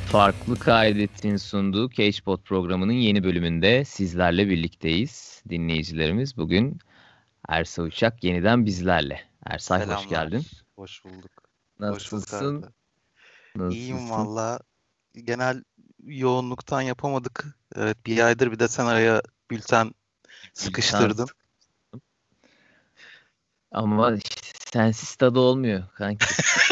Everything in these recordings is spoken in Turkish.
Farklı Kaydet'in sunduğu CagePod programının yeni bölümünde sizlerle birlikteyiz. Dinleyicilerimiz bugün Ersay Uçak yeniden bizlerle. Ersay hoş geldin. Hoş bulduk. Nasılsın? İyiyim valla. Genel yoğunluktan yapamadık. Evet, bir aydır bir de sen araya bülten sıkıştırdın. Ama işte sensiz tadı olmuyor kanki.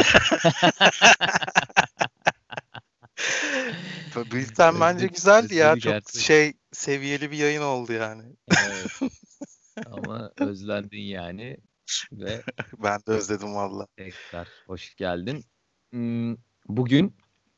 Bülten bence güzeldi ya. Çok gerçek. seviyeli bir yayın oldu yani. Evet. Ama özlendin yani ve ben de özledim valla. tekrar hoş geldin. Bugün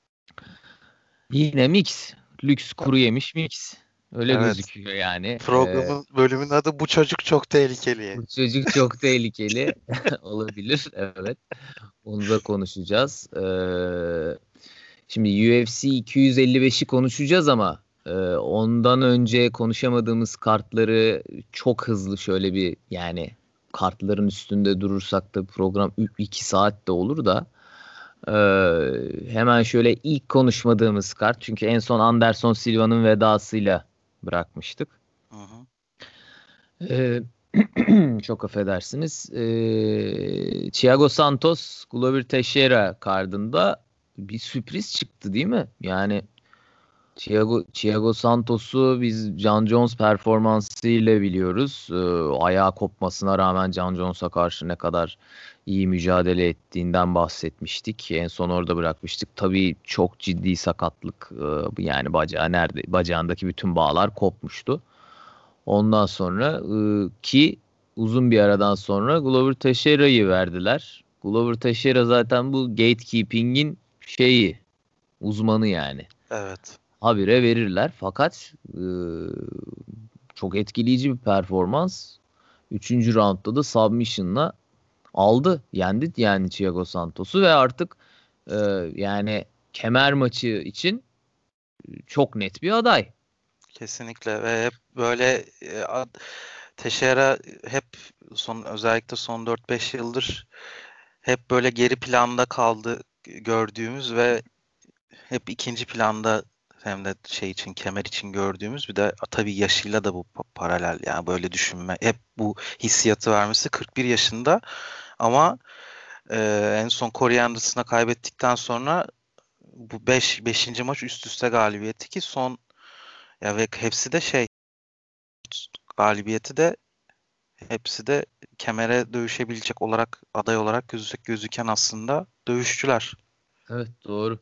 yine mix. Lüks kuru yemiş mix. Öyle gözüküyor yani. Bölümün adı Bu Çocuk Çok Tehlikeli. Bu çocuk çok tehlikeli olabilir. Evet. Onu da konuşacağız. Şimdi UFC 255'i konuşacağız ama ondan önce konuşamadığımız kartları çok hızlı şöyle bir yani kartların üstünde durursak da program 2 saat de olur da hemen şöyle ilk konuşmadığımız kart çünkü en son Anderson Silva'nın vedasıyla bırakmıştık. Hı hı. Çok affedersiniz. Thiago Santos, Glover Teixeira kardında bir sürpriz çıktı değil mi? Yani Thiago Santos'u biz Jon Jones performansıyla biliyoruz. Ayağı kopmasına rağmen Jon Jones'a karşı ne kadar iyi mücadele ettiğinden bahsetmiştik. En son orada bırakmıştık. Tabii çok ciddi sakatlık. Yani bacağındaki bütün bağlar kopmuştu. Ondan sonra ki uzun bir aradan sonra Glover Teixeira'yı verdiler. Glover Teixeira zaten bu gatekeeping'in uzmanı yani. Evet. Habire verirler fakat çok etkileyici bir performans. 3. roundda da submission'la aldı. Yendi yani Thiago Santos'u ve artık yani kemer maçı için çok net bir aday. Kesinlikle ve hep böyle Teixeira hep özellikle son 4-5 yıldır hep böyle geri planda kaldı gördüğümüz ve hep ikinci planda hem de kemer için gördüğümüz bir de tabii yaşıyla da bu paralel yani böyle düşünme hep bu hissiyatı vermesi 41 yaşında ama en son Corey Anderson'a kaybettikten sonra bu 5. maç üst üste galibiyeti ki son ya ve hepsi de galibiyeti de hepsi de kemere dövüşebilecek olarak aday olarak gözüken aslında dövüşçüler. Evet doğru.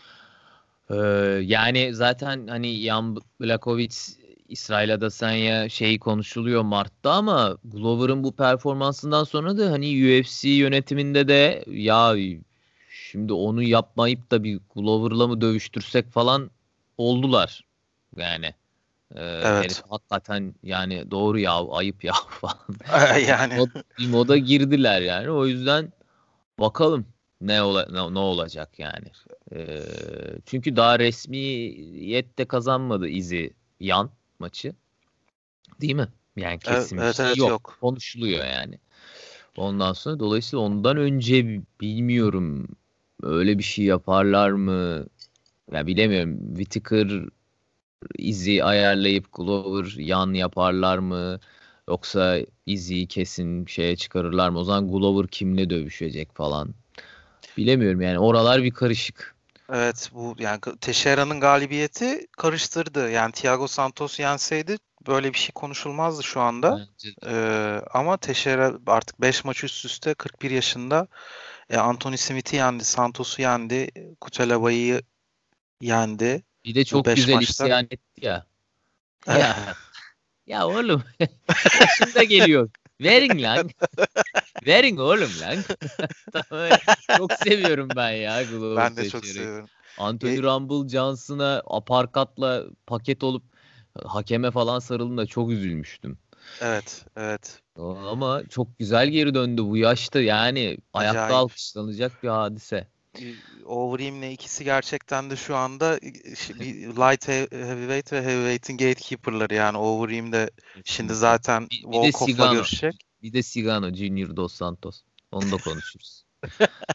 Yani zaten hani Jan Blachowicz İsrail Adesanya konuşuluyor Mart'ta ama Glover'ın bu performansından sonra da hani UFC yönetiminde de ya şimdi onu yapmayıp da bir Glover'la mı dövüştürsek falan oldular. Yani herif Evet. hakikaten yani doğru ya ayıp ya falan. Yani Bir moda girdiler yani. O yüzden bakalım ne olacak yani. Çünkü daha resmiyette kazanmadı yan maçı. Değil mi? Yani kesin bir şey evet yok. yok. Konuşuluyor yani. Ondan sonra dolayısıyla ondan önce bilmiyorum öyle bir şey yaparlar mı? Ya bilemiyorum. Whittaker ayarlayıp Glover yan yaparlar mı? Yoksa kesin çıkarırlar mı? O zaman Glover kimle dövüşecek falan. Bilemiyorum yani oralar bir karışık. Evet bu yani Teixeira'nın galibiyeti karıştırdı. Yani Thiago Santos yenseydi böyle bir şey konuşulmazdı şu anda. Bence de. Ama Teixeira artık 5 maç üst üste 41 yaşında. Anthony Smith'i yendi, Santos'u yendi, Cutelaba'yı yendi. Bir de Bu çok 5 güzel maçta. isyan etti ya. Ya ya oğlum başında geliyor. Verin lan. Verin oğlum lan. Tamam. Çok seviyorum ben ya Glover Ben de çok Teixeira'yı. seviyorum. Anthony Rumble Johnson'a aparkatla paket olup hakeme falan sarıldığında çok üzülmüştüm. Evet. Ama çok güzel geri döndü bu yaşta yani ayakta Acayip. alkışlanacak bir hadise. Overeem'le ikisi gerçekten de şu anda bir light heavyweight ve heavyweight'in gatekeeper'ları yani Overeem de şimdi Kesinlikle. zaten Bir de Volkov'la Sigano. görüşecek. Bir de Sigano Junior Dos Santos. Onu da konuşuruz.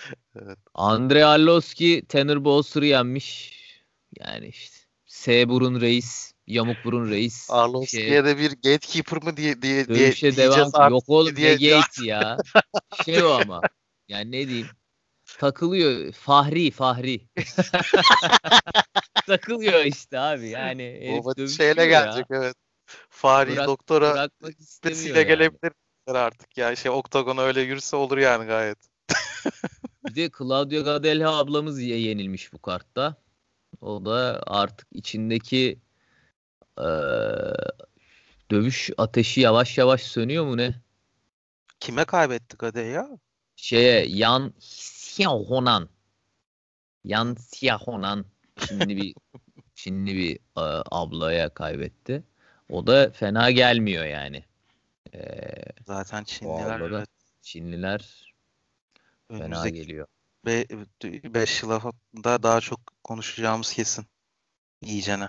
Evet. Andre Arlovski Tanner Bowser'ı yenmiş. Yani işte S burun reis, yamuk burun reis Arlovski'ye de bir gatekeeper mı dövüşe devam. diyeceğiz Yok artık oğlum ne diye. gate ya. Şey o ama. Yani ne diyeyim? Takılıyor. Fahri. Takılıyor işte abi. Yani O herif maç şeyle dövüşüyor ya. gelecek, evet. Fahri doktora Bırakmak istemiyor sesiyle yani. gelebilir artık ya. Oktagona öyle yürüse olur yani gayet. Bir de Claudio Gadelha ablamız yenilmiş bu kartta. O da artık içindeki eee, dövüş ateşi yavaş yavaş sönüyor mu ne? Kime kaybettik hadi ya? Yan Xiaohonan. Yan Xiaohonan Çinli bir ablaya kaybetti. O da fena gelmiyor yani. Eee, Zaten O Çinliler, abla da evet, Çinliler fena önümüzdeki geliyor. 5 yıla da daha çok konuşacağımız kesin. İyicene.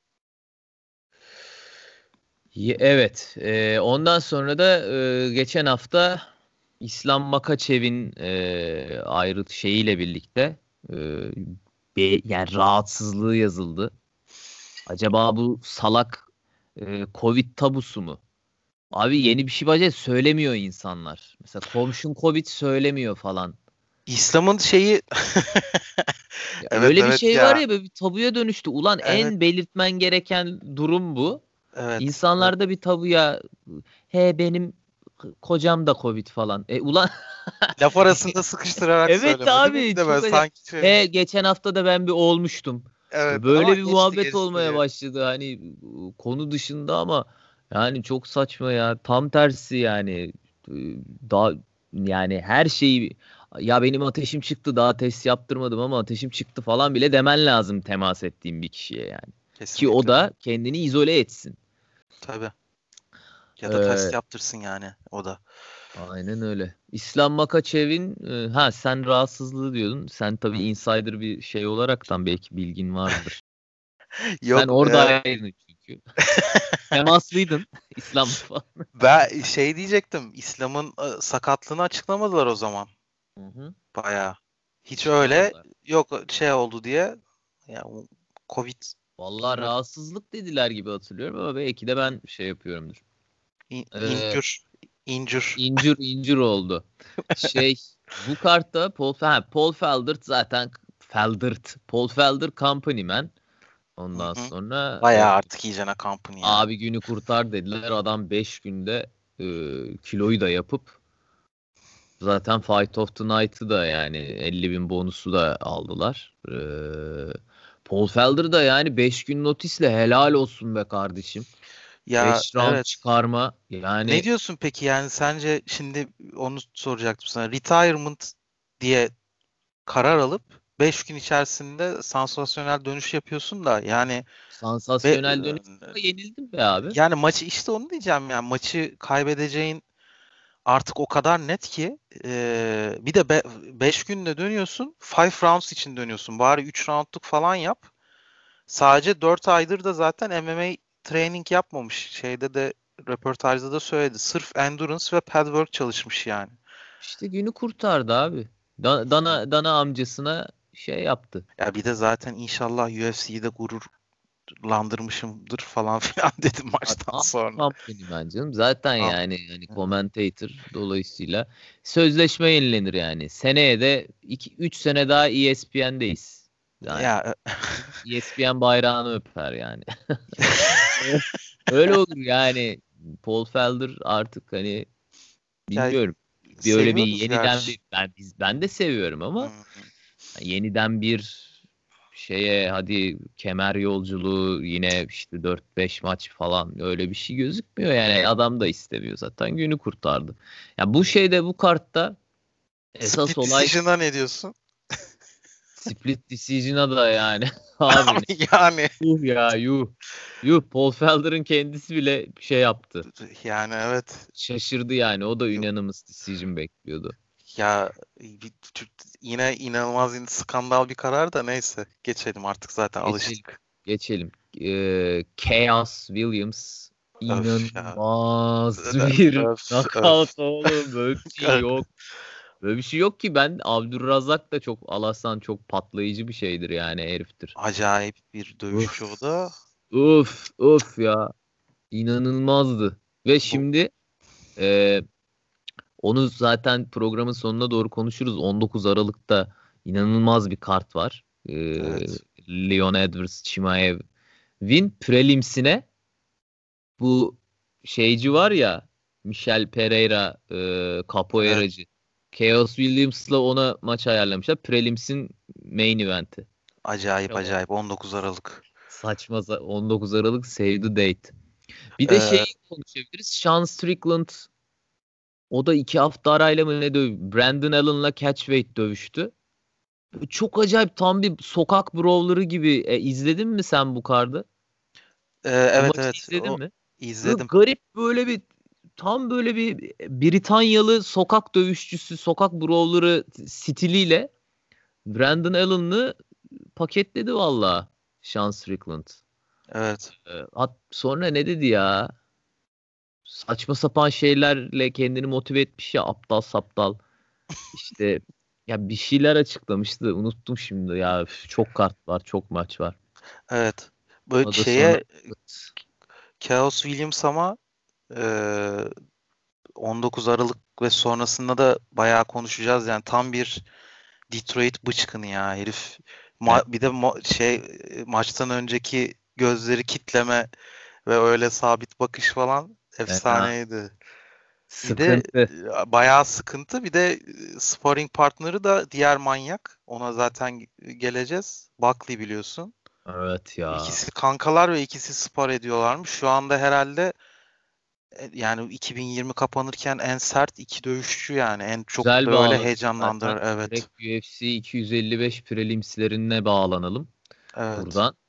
Evet. Ondan sonra da geçen hafta İslam Makaçev'in ayrı şeyiyle birlikte e, yani rahatsızlığı yazıldı. Acaba bu salak Covid tabusu mu? Abi yeni bir şey bacı söylemiyor insanlar. Mesela komşun Covid söylemiyor falan. İslam'ın şeyi Ya evet, öyle bir evet şey var ya. ya böyle bir tabuya dönüştü. Ulan Evet, en belirtmen gereken durum bu. evet, evet. İnsanlarda bir tabuya benim kocam da Covid falan. Ulan Laf arasında sıkıştırarak evet söyleme değil mi? Bir abi de böyle çok acayip. sanki şeymiş. Geçen hafta da ben bir olmuştum. Evet ama Böyle bir geçti muhabbet geçti olmaya diye. başladı hani konu dışında ama yani çok saçma ya. Tam tersi yani. E, Daha yani her şeyi ya benim ateşim çıktı daha test yaptırmadım ama ateşim çıktı falan bile demen lazım temas ettiğim bir kişiye yani. Ki o Kesinlikle. da kendini izole etsin. Tabii. Ya da test Ee, yaptırsın yani o da. aynen öyle. İslam Makaçev'in sen rahatsızlığı diyordun. Sen tabii insider bir şey olaraktan belki bilgin vardır. Sen Yok, oradaydın çünkü. Temaslıydın İslam'la falan. ben şey diyecektim. İslam'ın sakatlığını açıklamadılar o zaman. Hı hı. Bayağı. Hiç öyle Açıklamadılar. yok şey oldu diye. Ya Covid Vallahi bilmiyorum. rahatsızlık dediler gibi hatırlıyorum ama belki de ben şey yapıyorumdur. Ee, İncür. İncür. incir oldu. Şey bu kartta Paul Feldert zaten Paul Felder Company Man. Hı Ondan hı. sonra Bayağı artık iyicene company yani. abi günü kurtar dediler. Adam 5 günde e, kiloyu da yapıp zaten Fight of the Night'ı da yani 50 bin bonusu da aldılar. Paul Felder da yani 5 gün notisle helal olsun be kardeşim. Ya 5 round evet. çıkarma Ne yani diyorsun peki, yani sence şimdi onu soracaktım sana. Retirement diye karar alıp 5 gün içerisinde sansasyonel dönüş yapıyorsun da yani ve sansasyonel dönüş ama yenildim be abi. yani maçı, işte onu diyeceğim, yani maçı kaybedeceğin artık o kadar net ki bir de 5 günde dönüyorsun, 5 rounds için dönüyorsun, bari 3 roundluk falan yap. Sadece 4 aydır da zaten MMA training yapmamış, şeyde de röportajda da söyledi, sırf endurance ve pad work çalışmış yani. İşte günü kurtardı abi. Dana amcasına şey yaptı. Ya bir de zaten inşallah UFC'yi de gururlandırmışımdır falan filan dedim maçtan Tam sonra. company man canım. Zaten Tamam. yani hani commentator dolayısıyla sözleşme yenilenir yani. Seneye de 3 sene daha ESPN'deyiz. Yani Ya ESPN bayrağını öper yani. Öyle olur yani. Paul Felder artık hani ya bilmiyorum. Bir öyle bir seviyoruz yeniden gerçi. bir ben de seviyorum ama Hmm. yeniden bir şeye hadi kemer yolculuğu yine işte 4-5 maç falan öyle bir şey gözükmüyor yani adam da istemiyor zaten günü kurtardı. Ya bu şeyde bu kartta esas Split olay Decision'a ne diyorsun? split decision'a da yani abi Abi yani yuh ya yuh. Yuh Paul Felder'ın kendisi bile şey yaptı. yani evet. Şaşırdı yani o da Yok unanimous decision bekliyordu. ya, yine inanılmaz skandal bir karar da, neyse geçelim artık, zaten Geçelim. alıştık. Geçelim. Chaos Williams Öf ya. inanılmaz bir Öf, öf. knockout oğlum. Böyle bir şey Öf. yok. Böyle bir şey yok ki. Ben Abdurrazak da çok Alassan çok patlayıcı bir şeydir yani, heriftir. Acayip bir dövüşçü o Uf. da. Of ya. İnanılmazdı. Ve Bu şimdi e, onu zaten programın sonuna doğru konuşuruz. 19 Aralık'ta inanılmaz bir kart var. evet. Leon Edwards Chimaev'in prelimsine bu şeyci var ya, Michel Pereira, Evet. capoeiracı. Chaos Williams'la ona maç ayarlamışlar. Prelims'in main event'i. Acayip Tamam. acayip 19 Aralık. 19 Aralık save the date. Bir de Ee, şeyi konuşabiliriz. Sean Strickland, o da 2 hafta arayla mı ne Brandon Allen'la catchweight dövüştü. Çok acayip, tam bir sokak brawler'ı gibi. İzledin mi sen bu kardı? O evet maçı evet izledin o mi? Böyle izledim. garip, böyle bir tam böyle bir Britanyalı sokak dövüşçüsü, sokak brawler'ı stiliyle Brandon Allen'ı paketledi valla Sean Strickland. Evet. Sonra ne dedi ya? Saçma sapan şeylerle kendini motive etmiş ya, aptal saptal. İşte ya bir şeyler açıklamıştı. Unuttum şimdi ya. Üf, çok kart var, çok maç var. Evet. Böyle O da sonra şeye Chaos Williams ama e, 19 Aralık ve sonrasında da bayağı konuşacağız. Yani tam bir Detroit bıçkını ya herif. evet, Bir de maçtan önceki gözleri kitleme ve öyle sabit bakış falan fena efsaneydi. Bir de sıkıntı. bayağı sıkıntı. Bir de sparring partneri da diğer manyak. Ona zaten geleceğiz. Buckley biliyorsun. Evet ya. İkisi kankalar ve ikisi spar ediyorlarmış. Şu anda herhalde yani 2020 kapanırken en sert iki dövüşçü yani en çok Güzel böyle bağladık heyecanlandıran zaten. evet. Direkt UFC 255 prelimslerine bağlanalım Evet. buradan.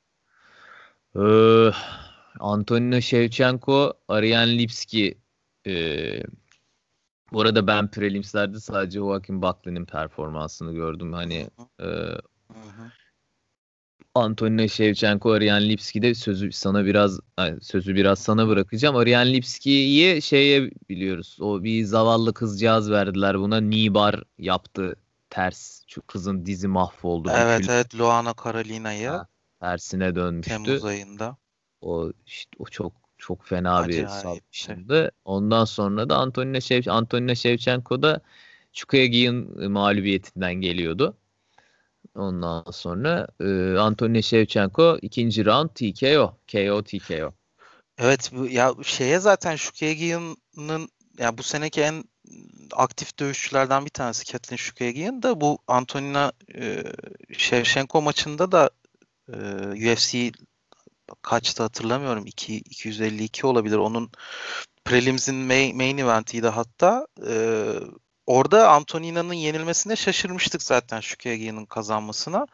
Antonina Shevchenko, Ariane Lipski. Ee, Bu arada ben prelimslerde sadece Joaquin Buckley'nin performansını gördüm. Hı Hani hı, e, hı hı. Antonina Shevchenko, Ariane Lipski'de sözü biraz sana bırakacağım. Ariane Lipski'yi şeye biliyoruz. O bir zavallı kızcağız verdiler buna. Nibar yaptı ters. Şu kızın dizi mahvoldu, Evet büküldü. evet Luana Carolina'yı Ha, tersine dönmüştü. Temmuz ayında O çok çok fena bir acayip şey. submission'dı. Ondan sonra da Antonina Shevchenko da Chukagian mağlubiyetinden geliyordu. Ondan sonra Antonina Shevchenko ikinci round TKO. KO TKO. Evet bu ya şeye zaten Şukegian'ın ya bu seneki en aktif dövüşçülerden bir tanesi Katlyn Şukegian da bu Antonina Shevchenko maçında da UFC kaçtı hatırlamıyorum. 252 olabilir. Onun Prelims'in main eventiydi hatta. Orada Antonina'nın yenilmesine şaşırmıştık zaten Şukegian'ın kazanmasına.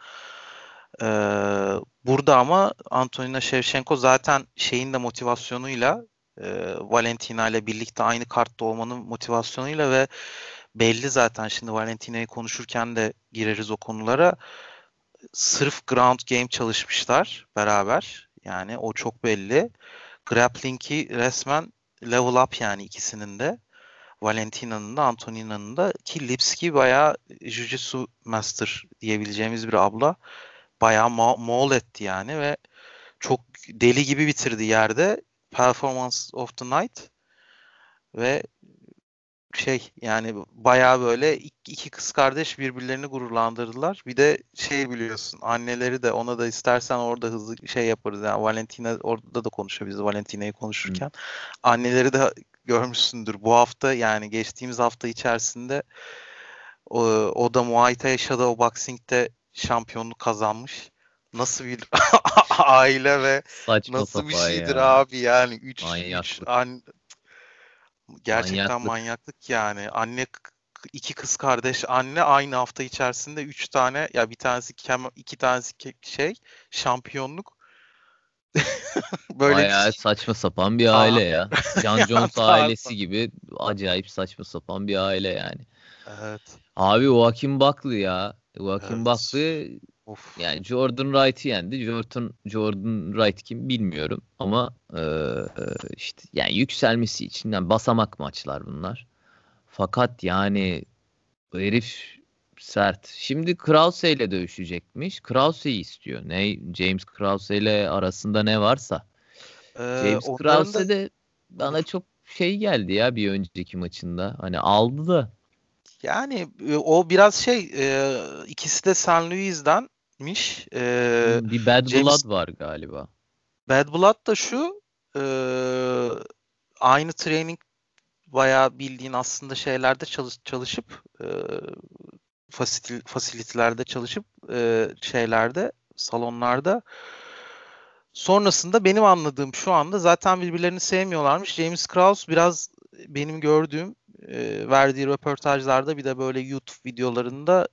Burada ama Antonina Shevchenko zaten şeyin de motivasyonuyla Valentina ile birlikte aynı kartta olmanın motivasyonuyla ve belli zaten şimdi Valentina'yı konuşurken de gireriz o konulara. Sırf ground game çalışmışlar beraber. Yani o çok belli. Grappling'i resmen level up yani ikisinin de. Valentina'nın da Antonina'nın da ki Lipski bayağı Jiu-Jitsu Master diyebileceğimiz bir abla. Bayağı maul etti yani ve çok deli gibi bitirdi yerde. Performance of the Night ve yani bayağı böyle iki kız kardeş birbirlerini gururlandırdılar. Bir de biliyorsun anneleri de ona da istersen orada hızlı yaparız. Yani Valentina orada da konuşabiliriz Valentina'yı Hı. konuşurken. Anneleri de görmüşsündür. Bu hafta yani geçtiğimiz hafta içerisinde o da Muay Thai Shadow Boxing'de şampiyonluk kazanmış. Nasıl bir aile ve Saçma nasıl bir sapan şeydir ya. abi yani 3 Manyaklık. gerçekten Manyaklık. manyaklık yani. İki kız kardeş anne aynı hafta içerisinde üç tane ya bir tanesi iki tanesi şampiyonluk. Böyle bir Bayağı şey. saçma sapan bir aile Ta ya. John ya Jones tarz. ailesi gibi acayip saçma sapan bir aile yani. Evet. Abi Joaquin Buckley ya. Joaquin Evet. Buckley Of. yani Jordan Wright'ı yendi. Jordan Wright kim bilmiyorum ama işte yani yükselmesi için yani basamak maçlar bunlar. Fakat yani O herif sert. Şimdi Krause ile dövüşecekmiş. Krause'yi istiyor. Ne? James Krause ile arasında ne varsa. James Onların da Krause de bana çok şey geldi ya bir önceki maçında. Hani aldı da. yani o biraz ikisi de San Luis'denmiş. Bir Bad James Blood var galiba. Bad Blood da şu, e, aynı training, bayağı bildiğin aslında şeylerde çalışıp, fasilitilerde çalışıp, şeylerde, salonlarda. Sonrasında benim anladığım şu anda zaten birbirlerini sevmiyorlarmış. James Krause biraz benim gördüğüm, verdiği röportajlarda, bir de böyle YouTube videolarında,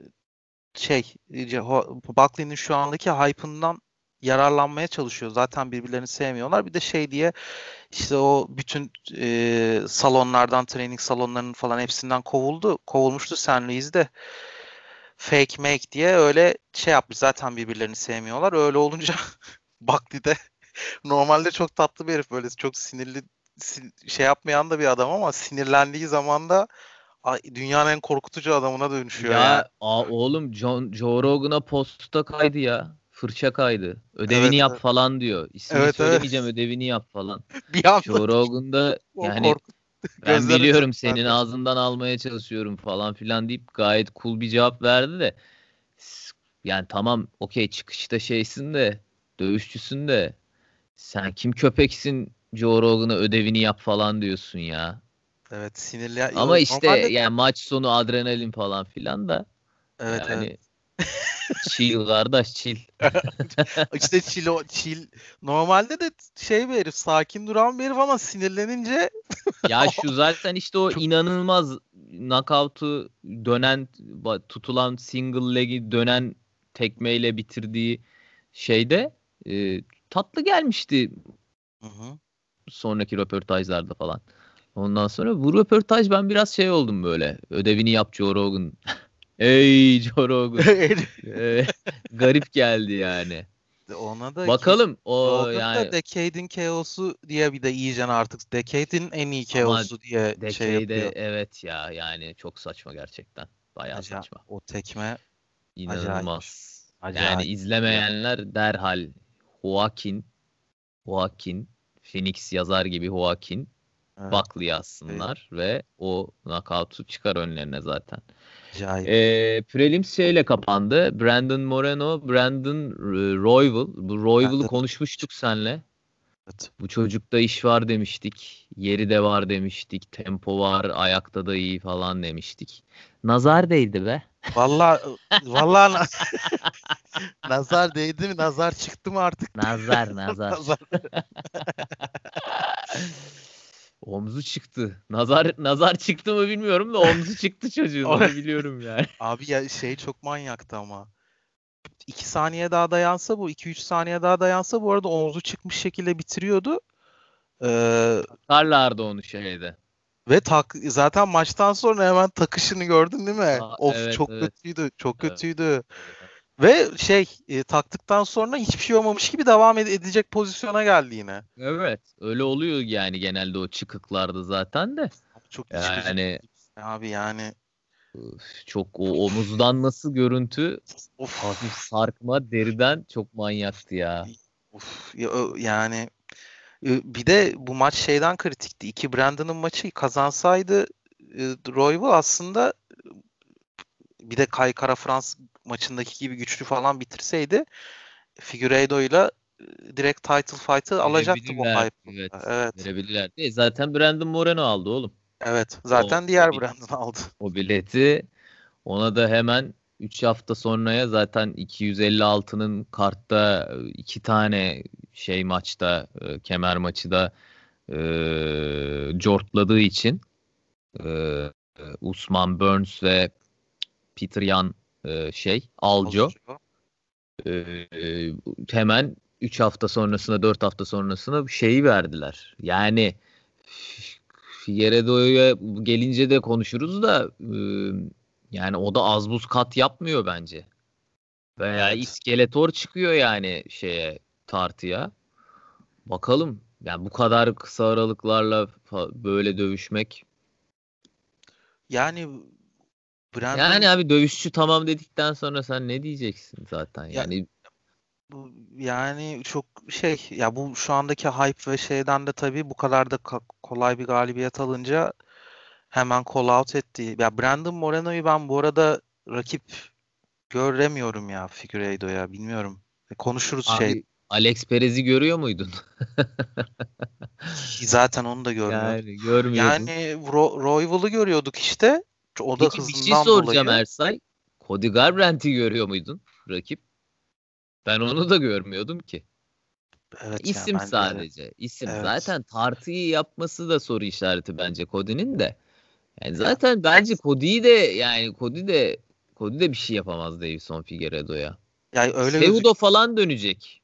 Buckley'nin şu andaki hype'ından yararlanmaya çalışıyor. Zaten birbirlerini sevmiyorlar. Bir de diye, işte o bütün salonlardan, training salonlarının falan hepsinden kovulmuştu St. Louis'de. Fake make diye öyle yapmış. Zaten birbirlerini sevmiyorlar. Öyle olunca Buckley de normalde çok tatlı bir herif, böyle çok sinirli, yapmayan da bir adam, ama sinirlendiği zaman da dünyanın en korkutucu adamına dönüşüyor yani. Oğlum Joe Rogan'a posta kaydı ya. Fırça kaydı. Evet, Ödevini yap evet. falan diyor. İsmini Evet, evet. söylemeyeceğim, ödevini yap falan. Bir anda Joe Rogan'da o yani korku ben gözler biliyorum açıldı senin bende. ağzından almaya çalışıyorum falan filan deyip gayet cool bir cevap verdi de. Yani tamam okey çıkışta şeysin de dövüşçüsün de sen kim köpeksin Joe Rogan'a ödevini yap falan diyorsun ya. Evet, sinirli. Ama işte Normalde yani maç sonu adrenalin falan filan da evet, evet. yani chill kardeş chill. İşte chill. Normalde de bir herif, sakin duran bir herif, ama sinirlenince Ya şu zaten işte o çok. inanılmaz knockout'u dönen tutulan single leg'i dönen tekmeyle bitirdiği şeyde tatlı gelmişti Hı hı. sonraki röportajlarda falan. Ondan sonra bu röportaj ben biraz şey oldum böyle. Ödevini yap Joe Rogan. Ey Joe Rogan. E, Garip geldi yani. Ona da Bakalım o Rogan da yani Decade'in KO'su diye, bir de iyice artık Decade'in en iyi ama KO'su diye Decade'de yapıyor. evet ya yani çok saçma gerçekten. Bayağı saçma. O tekme acayip. İnanılmaz. Yani Acayip ya. izlemeyenler derhal Joaquin Phoenix yazar gibi Joaquin Evet. Buckley yazsınlar ve o knockout'u çıkar önlerine zaten. Acayip. Prelims şeyle kapandı. Brandon Moreno, Brandon Royval. Bu Royval'ı Benden konuşmuştuk senle. evet. Bu çocukta iş var demiştik. Yeri de var demiştik. Tempo var. Ayakta da iyi falan demiştik. Nazar değdi be. Vallahi nazar değdi mi? Nazar çıktı mı artık? Nazar. Nazar. Omzu çıktı. Nazar çıktı mı bilmiyorum da omzu çıktı çocuğun. O- Onu biliyorum yani. Abi ya, çok manyaktı ama. 2 saniye daha dayansa, bu 2-3 saniye daha dayansa, bu arada omzu çıkmış şekilde bitiriyordu. Ee, Takarlardı onu şeyde. Ve zaten maçtan sonra hemen takışını gördün değil mi? Of, Evet çok evet. kötüydü. Çok Evet. kötüydü. Ve taktıktan sonra hiçbir şey olmamış gibi devam edecek pozisyona geldi yine. Evet. Öyle oluyor yani genelde o çıkıklarda zaten de. Abi çok iç gıcık. Yani Abi yani, çok o omuzdan nasıl görüntü hafif of. sarkma deriden çok manyaktı ya. Of. Yani, bir de bu maç kritikti. Brandon'ın maçı kazansaydı, Royval aslında, bir de Kai Kara France maçındaki gibi güçlü falan bitirseydi, Figueiredo'yla direkt title fight'ı alacaktı bu Verebilirler. hype. Evet. Evet. Verebilirler. Zaten Brandon Moreno aldı oğlum. Evet. O, Zaten o, diğer bil- Brandon aldı. o bileti ona da hemen 3 hafta sonraya zaten 256'nın kartta iki tane şey maçta kemer maçı da cortladığı için Usman Burns ve Peter Yan Aljo Alıyor. e, hemen 3 hafta sonrasına 4 hafta sonrasına şeyi verdiler. Yani Figueiredo'ya gelince de konuşuruz da yani o da az buz kat yapmıyor bence. Veya Evet. iskeletor çıkıyor yani tartıya. Bakalım. Yani bu kadar kısa aralıklarla böyle dövüşmek Yani Brandon Yani abi dövüşçü tamam dedikten sonra sen ne diyeceksin zaten ya yani. yani çok şey ya, bu şu andaki hype ve şeyden de tabii bu kadar da kolay bir galibiyet alınca hemen call out etti. Ya Brandon Moreno'yu ben bu arada rakip göremiyorum ya Figueiredo'ya, bilmiyorum. Konuşuruz şey. Abi Alex Perez'i görüyor muydun? Zaten onu da görmüyordum. Yani görmüyordun. Yani Royval'ı görüyorduk işte. O da Peki bir şey hızından soracağım dolayı. Ersay. Cody Garbrandt'i görüyor muydun rakip? Ben onu da görmüyordum ki. Evet ya, İsim bence de. sadece. İsim. Evet. Zaten tartıyı yapması da soru işareti bence Cody'nin de. Yani Ya, zaten bence Cody de bir şey yapamaz Davison Figueiredo'ya. ya öyle Cejudo gözük. falan dönecek.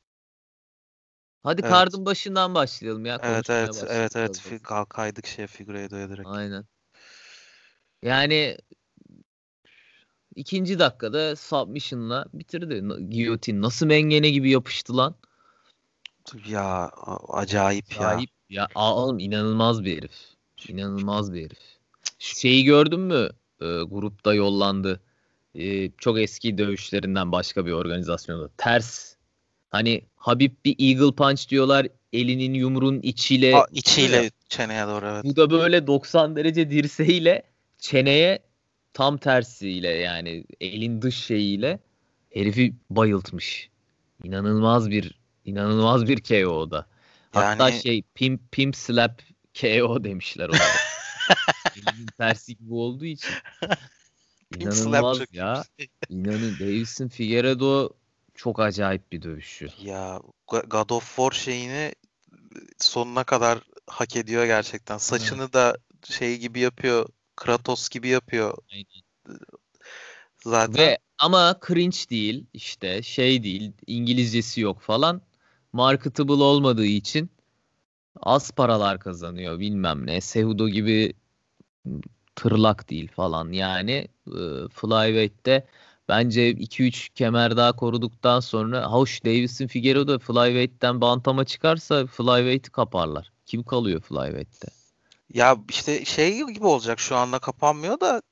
Hadi Evet. kardın başından başlayalım ya. Evet, Konuşmaya evet, evet, başladık evet. az basit. Kaydık şeye, Figueiredo'ya direkt. Aynen. Yani ikinci dakikada submission'la bitirdi. Giyotin nasıl mengene gibi yapıştı lan. Ya acayip ya. Acayip ya. Oğlum inanılmaz bir herif. İnanılmaz bir herif. Şu şeyi gördün mü? Grupta yollandı. Çok eski dövüşlerinden başka bir organizasyonda. Ters. Hani Habib bir Eagle Punch diyorlar. Elinin yumruğun içiyle vuruyor ya. İçiyle çeneye doğru, evet. Bu da böyle 90 derece dirseğiyle çeneye tam tersiyle yani elin dış şeyiyle herifi bayıltmış. İnanılmaz bir KO o da. Hatta Yani şey pimp slap KO demişler ona da. Elinin tersi gibi olduğu için. Pimp Slap İnanılmaz çok iyi ya. bir şey. Davison Figueiredo çok acayip bir dövüşçü. Ya God of War şeyini sonuna kadar hak ediyor gerçekten. Evet. Saçını da şey gibi yapıyor. Kratos gibi yapıyor. Aynen. Zaten Ve ama cringe değil işte şey değil İngilizcesi yok falan. Marketable olmadığı için az paralar kazanıyor bilmem ne. Cejudo gibi tırlak değil falan yani. Flyweight'te bence 2-3 kemer daha koruduktan sonra hoş Davison Figueiredo Flyweight'ten bantama çıkarsa Flyweight'i kaparlar. Kim kalıyor Flyweight'te? ya işte şey gibi olacak, şu anda kapanmıyor da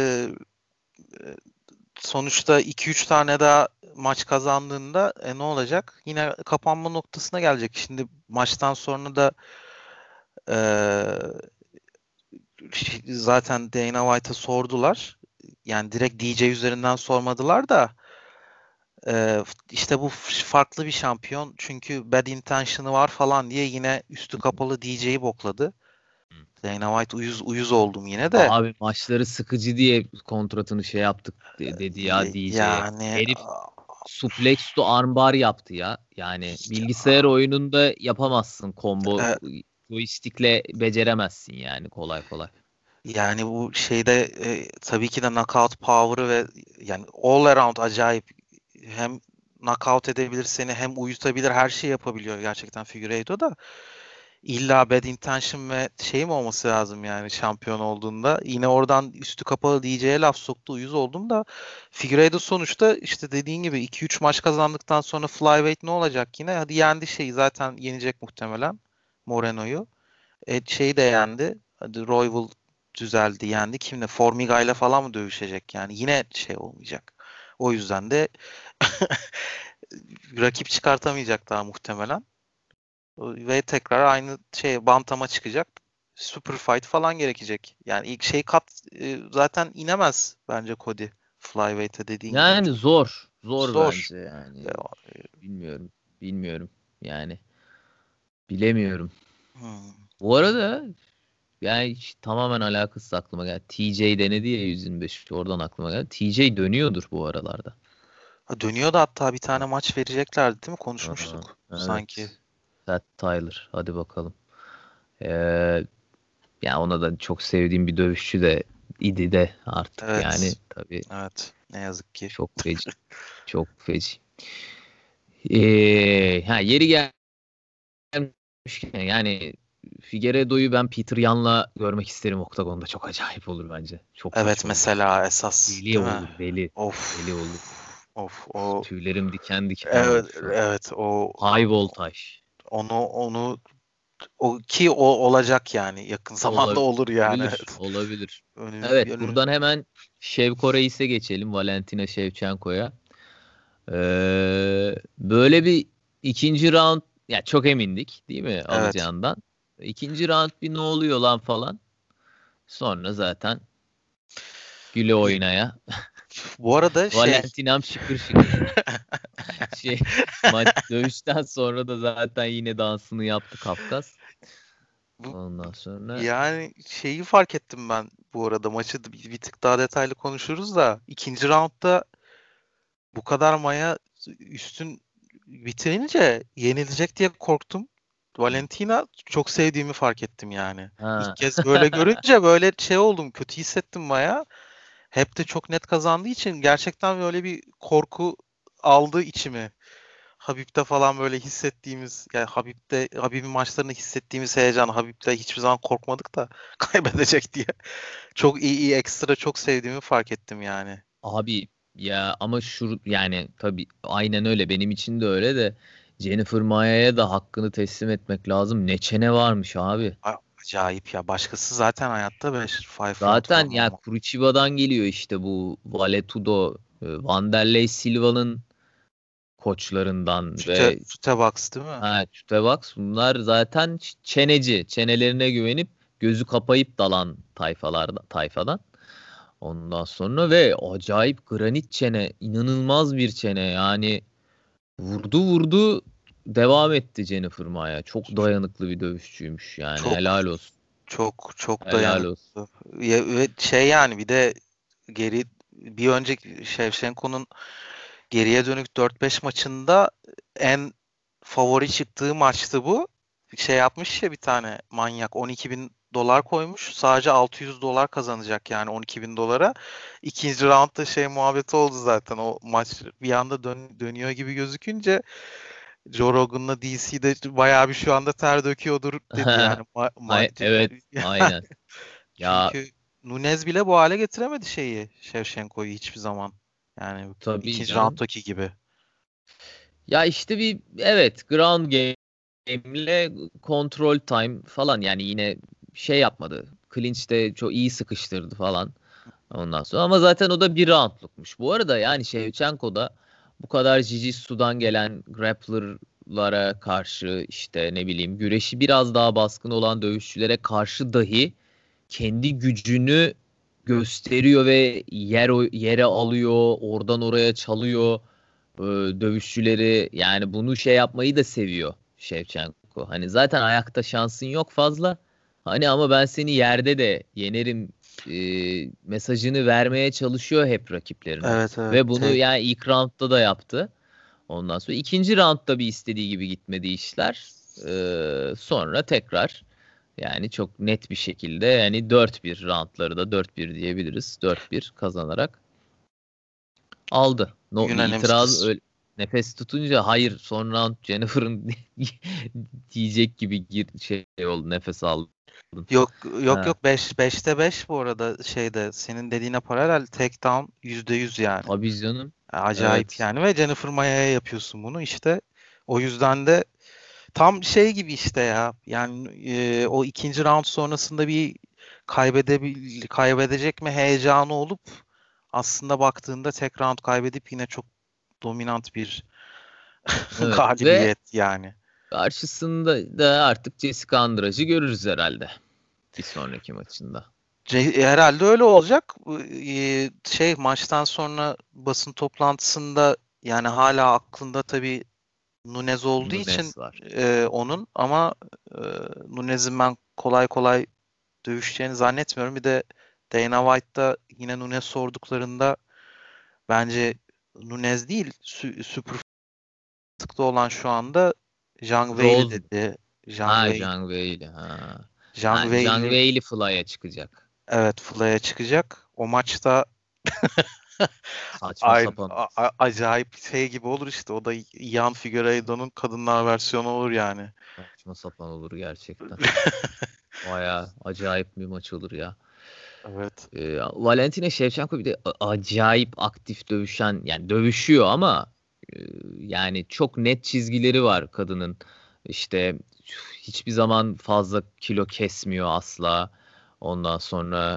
sonuçta 2-3 tane daha maç kazandığında ne olacak? Yine kapanma noktasına gelecek. Şimdi maçtan sonra da e, zaten Dana White'a sordular. Yani direkt DJ üzerinden sormadılar da işte bu farklı bir şampiyon çünkü bad intention'ı var falan diye yine üstü kapalı DJ'yi bokladı. Dana White uyuz oldum yine de. Abi maçları sıkıcı diye kontratını şey yaptık dedi ya DJ'ye. Yani Herif suplex to armbar yaptı ya. Yani bilgisayar oyununda yapamazsın combo. e, Joystick'le beceremezsin yani kolay kolay. yani bu şeyde tabii ki de knockout power'ı ve yani all around acayip, hem knockout edebilir seni hem uyutabilir, her şeyi yapabiliyor gerçekten Figueiredo da. İlla bad intention ve şey mi olması lazım yani şampiyon olduğunda? Yine oradan üstü kapalı diyeceğe laf soktu. Uyuz oldum da Figueiredo sonuçta işte dediğin gibi 2-3 maç kazandıktan sonra flyweight ne olacak yine? Hadi yendi şeyi, zaten yenecek muhtemelen Moreno'yu. Şeyi de yendi. Hadi Royval düzeldi, yendi. Kimle? Formiga ile falan mı dövüşecek yani? Yine şey olmayacak. O yüzden de rakip çıkartamayacak daha muhtemelen. Ve tekrar aynı şey bantama çıkacak. Super fight falan gerekecek. Yani ilk şey zaten inemez bence Cody Flyweight'e, dediğin gibi. Yani zor. Zor Zor. bence yani. Ya, Bilmiyorum. Bilmiyorum. Yani bilemiyorum. hmm. Bu arada yani hiç tamamen alakasız aklıma geldi. TJ denedi ya 125. Oradan aklıma geldi. TJ dönüyordur bu aralarda. Ha, dönüyordu, hatta bir tane maç vereceklerdi değil mi? Aa, Konuşmuştuk sanki. evet. Seth Tyler. Hadi bakalım. Ee, ya ona da çok sevdiğim bir dövüşçü de idi de artık yani Evet. tabii Evet. Ne yazık ki. çok feci. Çok feci. Yeri gelmişken yani Figueiredo'yu ben Peter Yan'la görmek isterim Oktagon'da. Çok acayip olur bence. Çok Evet, saçma olur. mesela esas Deli değil mi? olur deli. Of. Deli olur. Of, Uf, tüylerim diken diken olur evet, şu an. evet, High voltaj. onu o olacak yani. Yakın zamanda olur yani. Olabilir. Evet. Olabilir. Önümüz, Evet, önümüz. buradan hemen Şevko Reis'e geçelim. Valentina Shevchenko'ya. Böyle bir ikinci round ya çok emindik değil mi Evet. alacağından. İkinci round bir ne oluyor lan falan. Sonra zaten güle oynaya. Bu arada Valentinam şıkır şıkır. Şey dövüşten sonra da zaten yine dansını yaptı Kafkas. bu Ondan sonra yani şeyi fark ettim ben bu arada, maçı da bir tık daha detaylı konuşuruz da ikinci roundda bu kadar Maya üstün bitirince yenilecek diye korktum. Valentina çok sevdiğimi fark ettim yani. ha. İlk kez böyle görünce böyle şey oldum, kötü hissettim Maya. Hep de çok net kazandığı için gerçekten böyle bir korku aldı içimi. Habib'de falan böyle hissettiğimiz, yani Habib'in maçlarında hissettiğimiz heyecan, Habib'de hiçbir zaman korkmadık da kaybedecek diye. Çok iyi ekstra çok sevdiğimi fark ettim yani. Abi ya ama yani tabii aynen öyle benim için de öyle de Jennifer Maya'ya da hakkını teslim etmek lazım. Ne çene varmış abi. Acayip ya. Başkası zaten hayatta 5 Five Front Zaten ya koyamam. Curitibadan geliyor işte bu Valetudo, Wanderlei Silva'nın koçlarından ve Chute Box değil mi? Chutebox bunlar zaten çeneci. Çenelerine güvenip gözü kapayıp dalan tayfadan. Ondan sonra ve acayip granit çene, inanılmaz bir çene. Yani vurdu devam etti Jennifer Maya. Çok dayanıklı bir dövüşçüymüş yani. Çok Helal olsun. çok Helal olsun. dayanıklı. Ve şey yani bir de bir önceki Shevchenko'nun geriye dönük 4-5 maçında en favori çıktığı maçtı bu. Şey yapmış ya, bir tane manyak 12 bin dolar koymuş. Sadece 600 dolar kazanacak yani 12 bin dolara. İkinci roundda şey muhabbeti oldu zaten. O maç bir anda dönüyor gibi gözükünce Joe Rogan'la DC'de bayağı bir şu anda ter döküyordur dedi yani. Evet, aynen. Ya Çünkü Nunez bile bu hale getiremedi Shevchenko'yu hiçbir zaman. Yani tabii ikinci canım. rounddaki gibi. Ya işte bir evet ground game'le control time falan yani yine şey yapmadı. Clinch'te çok iyi sıkıştırdı falan. Ondan sonra ama zaten o da bir roundlukmuş. Bu arada yani Shevchenko da bu kadar Jiu-Jitsu'dan gelen grappler'lara karşı işte ne bileyim güreşi biraz daha baskın olan dövüşçülere karşı dahi kendi gücünü gösteriyor ve yere alıyor, oradan oraya çalıyor dövüşçüleri. Yani bunu şey yapmayı da seviyor Shevchenko. Hani zaten ayakta şansın yok fazla. Hani ama ben seni yerde de yenerim mesajını vermeye çalışıyor hep rakiplerine. Evet, evet. Ve bunu yani ilk roundda da yaptı. Ondan sonra ikinci roundda bir istediği gibi gitmedi işler. Sonra tekrar yani çok net bir şekilde yani 4-1 roundları da 4-1 diyebiliriz. 4-1 kazanarak aldı. No, bir itiraz Unanimous. öyle nefes tutunca hayır son round Jennifer'ın diyecek gibi şey oldu nefes aldım. Yok yok Ha, yok, 5'te 5 bu arada, şeyde senin dediğine paralel takedown %100 yani. tabii canım. Acayip Evet. yani, ve Jennifer Maya'ya yapıyorsun bunu işte. O yüzden de tam şey gibi işte ya. Yani o ikinci round sonrasında bir kaybedecek mi heyecanı olup aslında baktığında tek round kaybedip yine çok dominant bir Evet ve galibiyet yani. karşısında da artık Jessica Andrade'ı görürüz herhalde bir sonraki maçında. Herhalde öyle olacak. Şey, maçtan sonra basın toplantısında yani hala aklında tabii Nunez olduğu için Nunes var. onun, ama e, Nunez'in ben kolay kolay dövüşeceğini zannetmiyorum. Bir de Dana White'da yine Nunez sorduklarında bence Nunez değil, süper fıtıklı olan şu anda Zhang Weili Rose. dedi. Zhang Ha Weili. Zhang Weili. Ha. Zhang Ha, Zhang Weili, Weili Fly'a çıkacak. evet, Fly'a çıkacak. O maçta Saçma sapan. acayip şey gibi olur işte. O da Ian Figueiredo'nun kadınlar versiyonu olur yani. Saçma sapan olur gerçekten. Baya acayip bir maç olur ya. Evet. Valentina Shevchenko bir de acayip aktif dövüşen yani dövüşüyor ama e, yani çok net çizgileri var kadının. İşte hiçbir zaman fazla kilo kesmiyor asla. Ondan sonra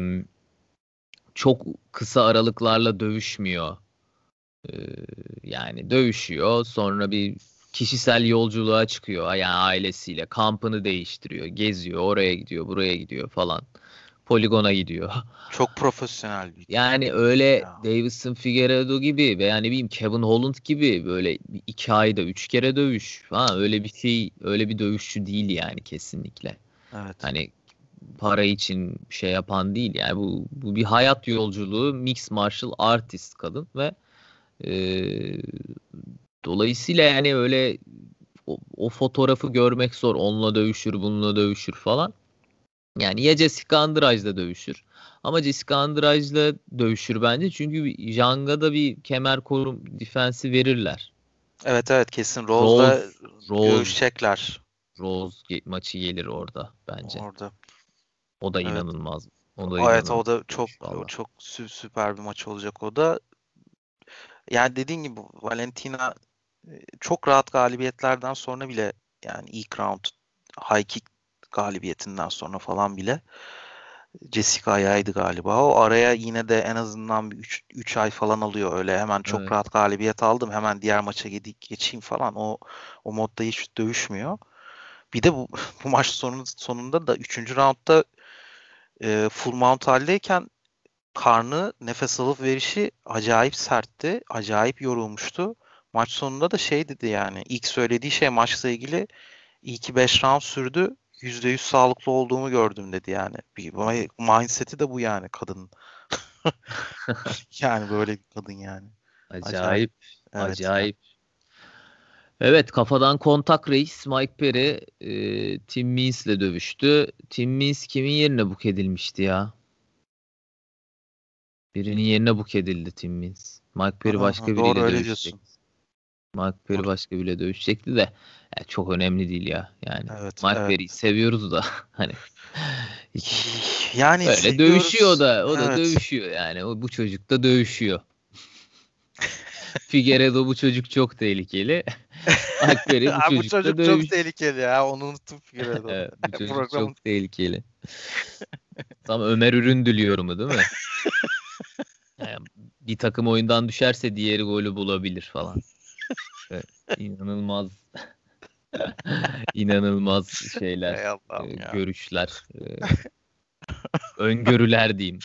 çok kısa aralıklarla dövüşmüyor. E, Yani dövüşüyor, sonra bir kişisel yolculuğa çıkıyor. Yani ailesiyle kampını değiştiriyor, geziyor, oraya gidiyor, buraya gidiyor falan. Poligona gidiyor. Çok profesyonel bir Yani öyle ya. Davison Figueiredo gibi veya ne bileyim Kevin Holland gibi böyle 2 ayda 3 kere dövüş falan, öyle bir şey, öyle bir dövüşçü değil yani, kesinlikle. Evet. Hani para için şey yapan değil yani, bu bir hayat yolculuğu, mixed martial artist kadın ve e, dolayısıyla yani öyle o fotoğrafı görmek zor. Onunla dövüşür, bununla dövüşür falan. Yani ya Jessica Andrade'la dövüşür. Ama Jessica Andrade'la dövüşür bence. Çünkü Janga'da bir kemer korum defensi verirler. Evet, evet, kesin Rose, Rose'la Rose, görüşecekler Maçı gelir orada bence. orada. O da Evet. inanılmaz. O da Evet, o inanılmaz da çok dövüş valla. çok süper bir maç olacak o da. Yani dediğin gibi Valentina çok rahat galibiyetlerden sonra bile, yani ilk round high kick galibiyetinden sonra falan bile Jessica ayağıydı galiba. O araya yine de en azından bir 3 ay falan alıyor, öyle hemen çok Evet. rahat galibiyet aldım hemen diğer maça geçeyim falan, o modda hiç dövüşmüyor. Bir de bu bu maç sonunda da üçüncü roundda full mount haldeyken karnı nefes alıp verişi acayip sertti. Acayip yorulmuştu. Maç sonunda da şey dedi, yani ilk söylediği şey maçla ilgili, iyi ki 5 round sürdü. %100 sağlıklı olduğumu gördüm dedi yani. Mindset'i de bu yani kadının. Yani böyle bir kadın yani. Acayip. Acayip. Evet ya. Acayip. Evet, kafadan kontak reis Mike Perry Tim Means'le dövüştü. Tim Means kimin yerine buk edilmişti ya? Birinin yerine buk edildi Tim Means. Mike Perry Aha, başka doğru, biriyle öyle dövüşecek. diyorsun. Mike Perry Doğru. başka biriyle dövüşecekti de çok önemli değil ya. Yani Evet, Mike evet. Perry'yi seviyoruz da hani hiç Yani öyle dövüşüyor seviyoruz. da, o da Evet. dövüşüyor yani. Bu çocuk da dövüşüyor. Figueredo, bu çocuk çok tehlikeli. Mike Perry, bu Abi bu çocuk da çocuk çok dövüş. tehlikeli ya. Onu unuttum Figueiredo. Evet, bu çocuk Programın. çok tehlikeli. Tam Ömer Üründül yorumu değil mi? Yani bir takım oyundan düşerse diğeri golü bulabilir falan. Evet, inanılmaz inanılmaz şeyler, Ey Allah'ım ya. görüşler, öngörüler diyeyim.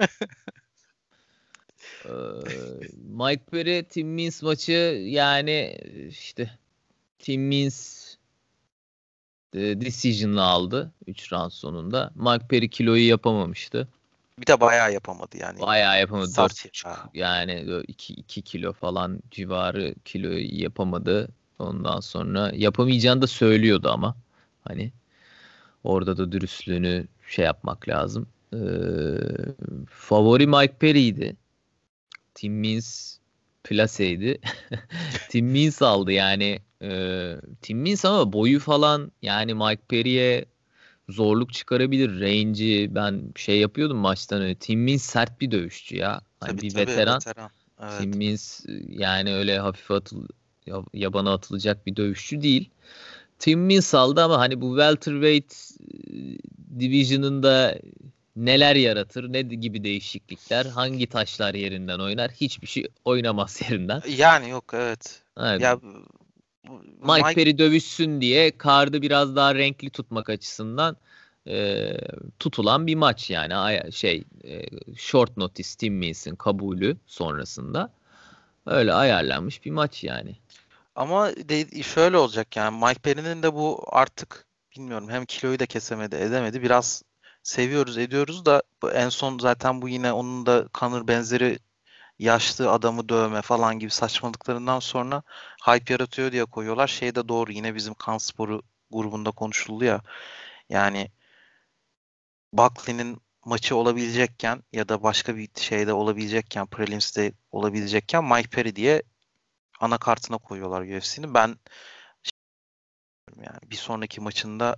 Mike Perry Tim Means maçı, yani işte Tim Means decision'la aldı 3 round sonunda. Mike Perry kiloyu yapamamıştı. Bir de bayağı yapamadı yani. Bayağı yapamadı. Sert 4,5 ya. yani 2 kilo falan civarı kiloyu yapamadı. Ondan sonra yapamayacağını da söylüyordu ama hani orada da dürüstlüğünü şey yapmak lazım. Favori Mike Perry'ydi. Tim Means plaseydi. Tim Means aldı yani. Tim Means ama boyu falan yani Mike Perry'e zorluk çıkarabilir. Range'i ben şey yapıyordum maçtan önce. Tim Means sert bir dövüşçü ya. Hani Tabii, bir tabii, veteran. veteran. Evet. Tim Means yani öyle hafife yabana atılacak bir dövüşçü değil. Tim Means aldı ama hani bu welterweight division'ında neler yaratır, ne gibi değişiklikler, hangi taşlar yerinden oynar? Hiçbir şey oynamaz yerinden. Yani yok, evet. Ha, Ya Mike Mike, Perry dövüşsün diye kardı biraz daha renkli tutmak açısından e, tutulan bir maç yani. Short notice Tim Means'in kabulü sonrasında öyle ayarlanmış bir maç yani. ama şöyle olacak yani, Mike Perry'nin de bu artık, bilmiyorum, hem kiloyu da kesemedi edemedi. Biraz seviyoruz ediyoruz da en son zaten bu yine onun da Conor benzeri yaşlı adamı dövme falan gibi saçmalıklarından sonra hype yaratıyor diye koyuyorlar. Şey de doğru, yine bizim kan sporu grubunda konuşuldu ya. Yani Buckley'nin maçı olabilecekken ya da başka bir şeyde olabilecekken, prelimis'te olabilecekken Mike Perry diye anakartına koyuyorlar UFC'nin. Ben yani bir sonraki maçında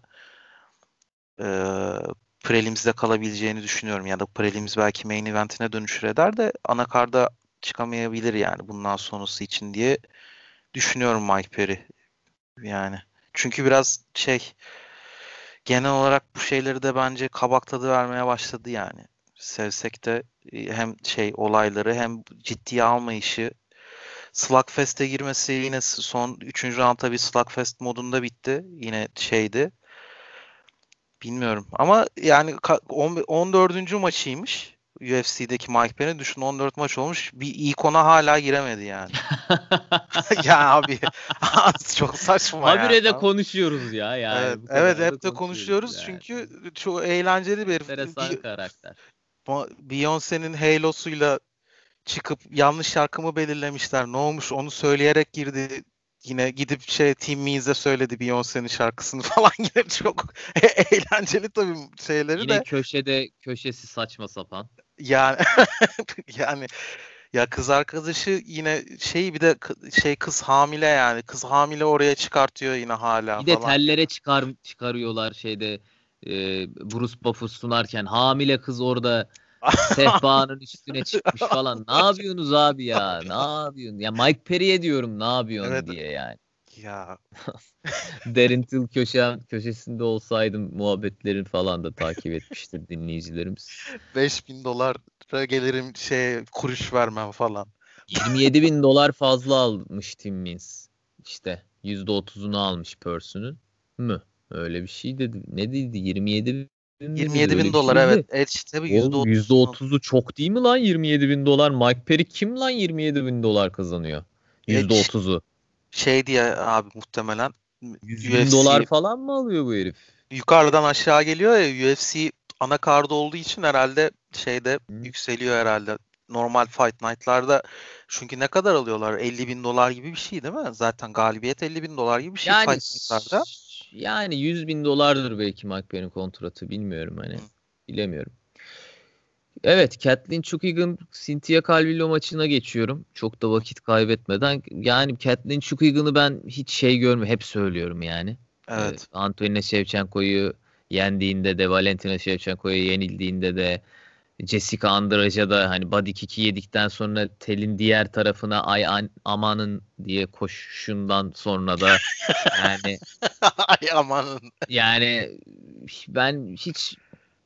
e, prelimis'de kalabileceğini düşünüyorum. Ya da prelims belki main eventine dönüşür eder de anakarda çıkamayabilir yani bundan sonrası için diye düşünüyorum Mike Perry. Yani Çünkü biraz genel olarak bu şeyleri de bence kabak tadı vermeye başladı yani. Sevsek de hem olayları hem ciddiye almayışı. Slugfest'e girmesi yine son 3. round tabii Slugfest modunda bitti. Yine bilmiyorum. Ama yani 14. maçıymış. UFC'deki Mike Perry'in düşün 14 maç olmuş. Bir ikona hala giremedi yani. Ya abi çok saçma yani. Habire de konuşuyoruz ya Evet, yani bu evet kadar da hep de konuşuyoruz konuşuyoruz yani. çünkü çok eğlenceli bir herif. Enteresan karakter. Beyoncé'nin Halo'suyla çıkıp yanlış şarkımı belirlemişler. Ne olmuş onu söyleyerek girdi. Yine gidip Team Me'ze söyledi Beyoncé'nin şarkısını falan yine çok eğlenceli tabii şeyleri Yine de. köşesi saçma sapan. Yani yani ya kız arkadaşı yine bir de kız hamile yani. Kız hamile oraya çıkartıyor yine hala Bir de falan. tellere çıkarıyorlar Bruce Buffer sunarken hamile kız orada sehpanın üstüne çıkmış falan. Ne yapıyorsunuz abi ya? Ne yapıyorsun? Ya Mike Perry'e diyorum ne yapıyorsun Evet diye yani. ya. Darren Till köşesinde olsaydım muhabbetlerin falan da takip etmiştir dinleyicilerimiz. $5.000 gelirim kuruş vermem falan. 27 bin dolar fazla almış Tim Means. İşte %30'unu almış Purse'ünün mü? Öyle bir şey dedi. Ne dedi? 27 bin mi dedi? 27 Öyle bin bir dolar şey evet. dedi. Edge tabii Oğlum %30'unu. %30'u çok değil mi lan 27 bin dolar? Mike Perry kim lan 27 bin dolar kazanıyor? Edge %30'u. diye abi muhtemelen 100 bin dolar UFC falan mı alıyor bu herif? yukarıdan aşağı geliyor ya UFC ana kardı olduğu için herhalde Hı? yükseliyor herhalde. Normal Fight Night'larda çünkü ne kadar alıyorlar? 50 bin dolar gibi bir şey değil mi? Zaten galibiyet 50 bin dolar gibi bir şey Yani Fight Night'larda. yani 100 bin dolardır belki Mike Perry'nin kontratı bilmiyorum Hı. hani. Bilemiyorum. Evet, Kathleen Chukagian Cynthia Calvillo maçına geçiyorum. Çok da vakit kaybetmeden. Yani Kathleen Chukagian'ı ben hiç görmüyorum. Hep söylüyorum yani. Evet. Antonina Shevchenko'yu yendiğinde de, Valentina Shevchenko'ya yenildiğinde de, Jessica Andrade'a da hani body kick'i yedikten sonra telin diğer tarafına amanın diye koşuşundan sonra da yani Ay amanın. yani ben hiç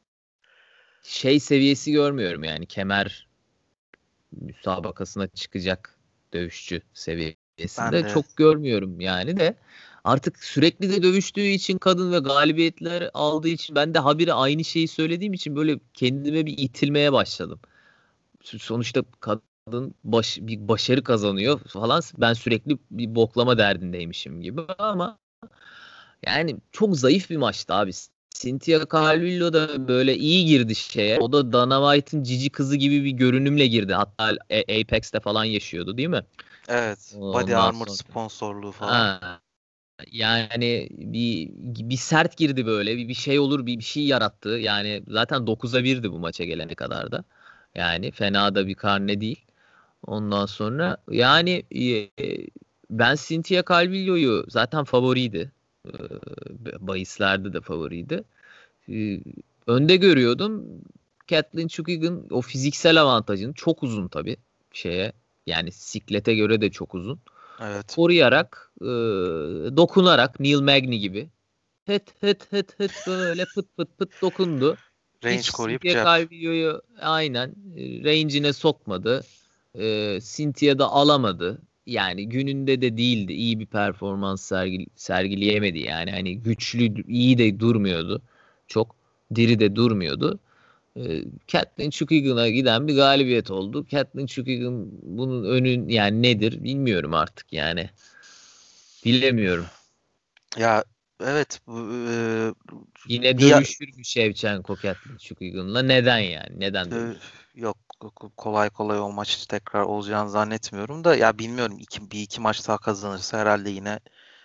seviyesi görmüyorum yani kemer müsabakasına çıkacak dövüşçü Ben seviyesinde de çok görmüyorum yani de artık sürekli de dövüştüğü için kadın ve galibiyetler aldığı için ben de habire aynı şeyi söylediğim için böyle kendime bir itilmeye başladım. Sonuçta kadın bir başarı kazanıyor falan ben sürekli bir boklama derdindeymişim gibi ama yani çok zayıf bir maçtı abi. Cynthia Calvillo da böyle iyi girdi şeye. O da Dana White'ın cici kızı gibi bir görünümle girdi. Hatta Apex'te falan yaşıyordu değil mi? evet. Body Ondan Armor sonra. sponsorluğu falan. Ha, yani bir sert girdi böyle. Bir şey olur bir şey yarattı. Yani zaten 9'a 1'di bu maça gelene kadar da. Yani fena da bir karne değil. Ondan sonra yani ben Cynthia Calvillo'yu zaten favoriydi. Bahislerde de favoriydi. E, Önde görüyordum. Kathleen Chukagian o fiziksel avantajını çok uzun tabii şeye yani siklete göre de çok uzun. Evet. Koruyarak dokunarak Neil Magny gibi hıt hıt hıt hıt böyle pıt pıt pıt dokundu. Range Hiç koruyup Cynthia cep. Calvillo'yu aynen range'ine sokmadı. Cynthia da alamadı. Yani gününde de değildi. İyi bir performans sergileyemedi. Yani hani güçlü, iyi de durmuyordu. Çok diri de durmuyordu. Kathleen Chukagian'a giden bir galibiyet oldu. Kathleen Chukagian bunun yani nedir bilmiyorum artık yani. Bilemiyorum. Ya evet Yine bir ya- dövüşür mü Shevchenko Kathleen Chukagian'la? Neden yani? Neden e, dövüşür? yok kolay kolay o maç tekrar olacağını zannetmiyorum da ya bilmiyorum bir iki maç daha kazanırsa herhalde yine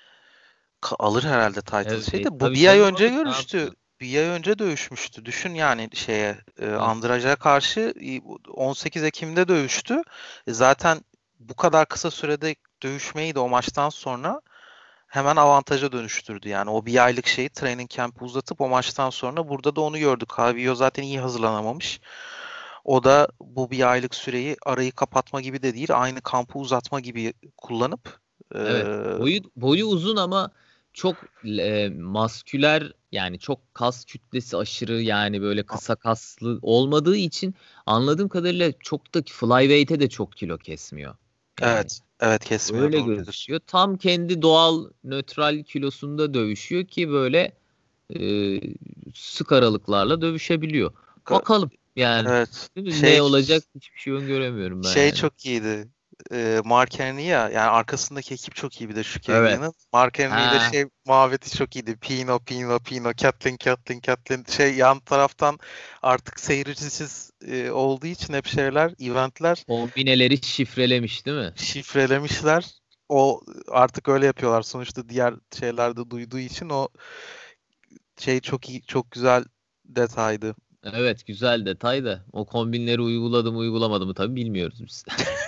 alır herhalde title Evet, bu tabii bir ay canım önce alır. Ne görüştü. yapacak? Bir ay önce dövüşmüştü. Düşün yani Evet. Andrade'a karşı 18 Ekim'de dövüştü. Zaten bu kadar kısa sürede dövüşmeyi de o maçtan sonra hemen avantaja dönüştürdü. Yani o bir aylık training camp'ı uzatıp o maçtan sonra burada da onu gördük. Javio zaten iyi hazırlanamamış. O da bu bir aylık süreyi arayı kapatma gibi de değil, aynı kampı uzatma gibi kullanıp Evet. Boyu uzun ama çok masküler, yani çok kas kütlesi aşırı, yani böyle kısa kaslı olmadığı için anladığım kadarıyla çok da flyweight'e de çok kilo kesmiyor. Yani Evet. Evet, kesmiyor, öyle doğru diyorsun. gözüküyor. Tam kendi doğal nötral kilosunda dövüşüyor ki böyle e, sık aralıklarla dövüşebiliyor. Ka- Bakalım yani, Evet. değil mi? Ne olacak hiçbir şey öngöremiyorum ben Şey yani. çok iyiydi. Mark Henry ya, yani arkasındaki ekip çok iyi bir de Evet. Şükürlü'nün. Mark Henry ile Ha, şey muhabbeti çok iyiydi. Pino, Pino, Pino, Kathleen, Kathleen, Kathleen. Şey, yan taraftan artık seyircisiz olduğu için hep şeyler, eventler kombineleri şifrelemiş değil mi? şifrelemişler. O artık öyle yapıyorlar. Sonuçta diğer şeylerde duyduğu için o şey çok iyi, çok güzel detaydı. Evet, güzel detay da o kombinleri uyguladı mı uygulamadı mı tabii bilmiyoruz biz.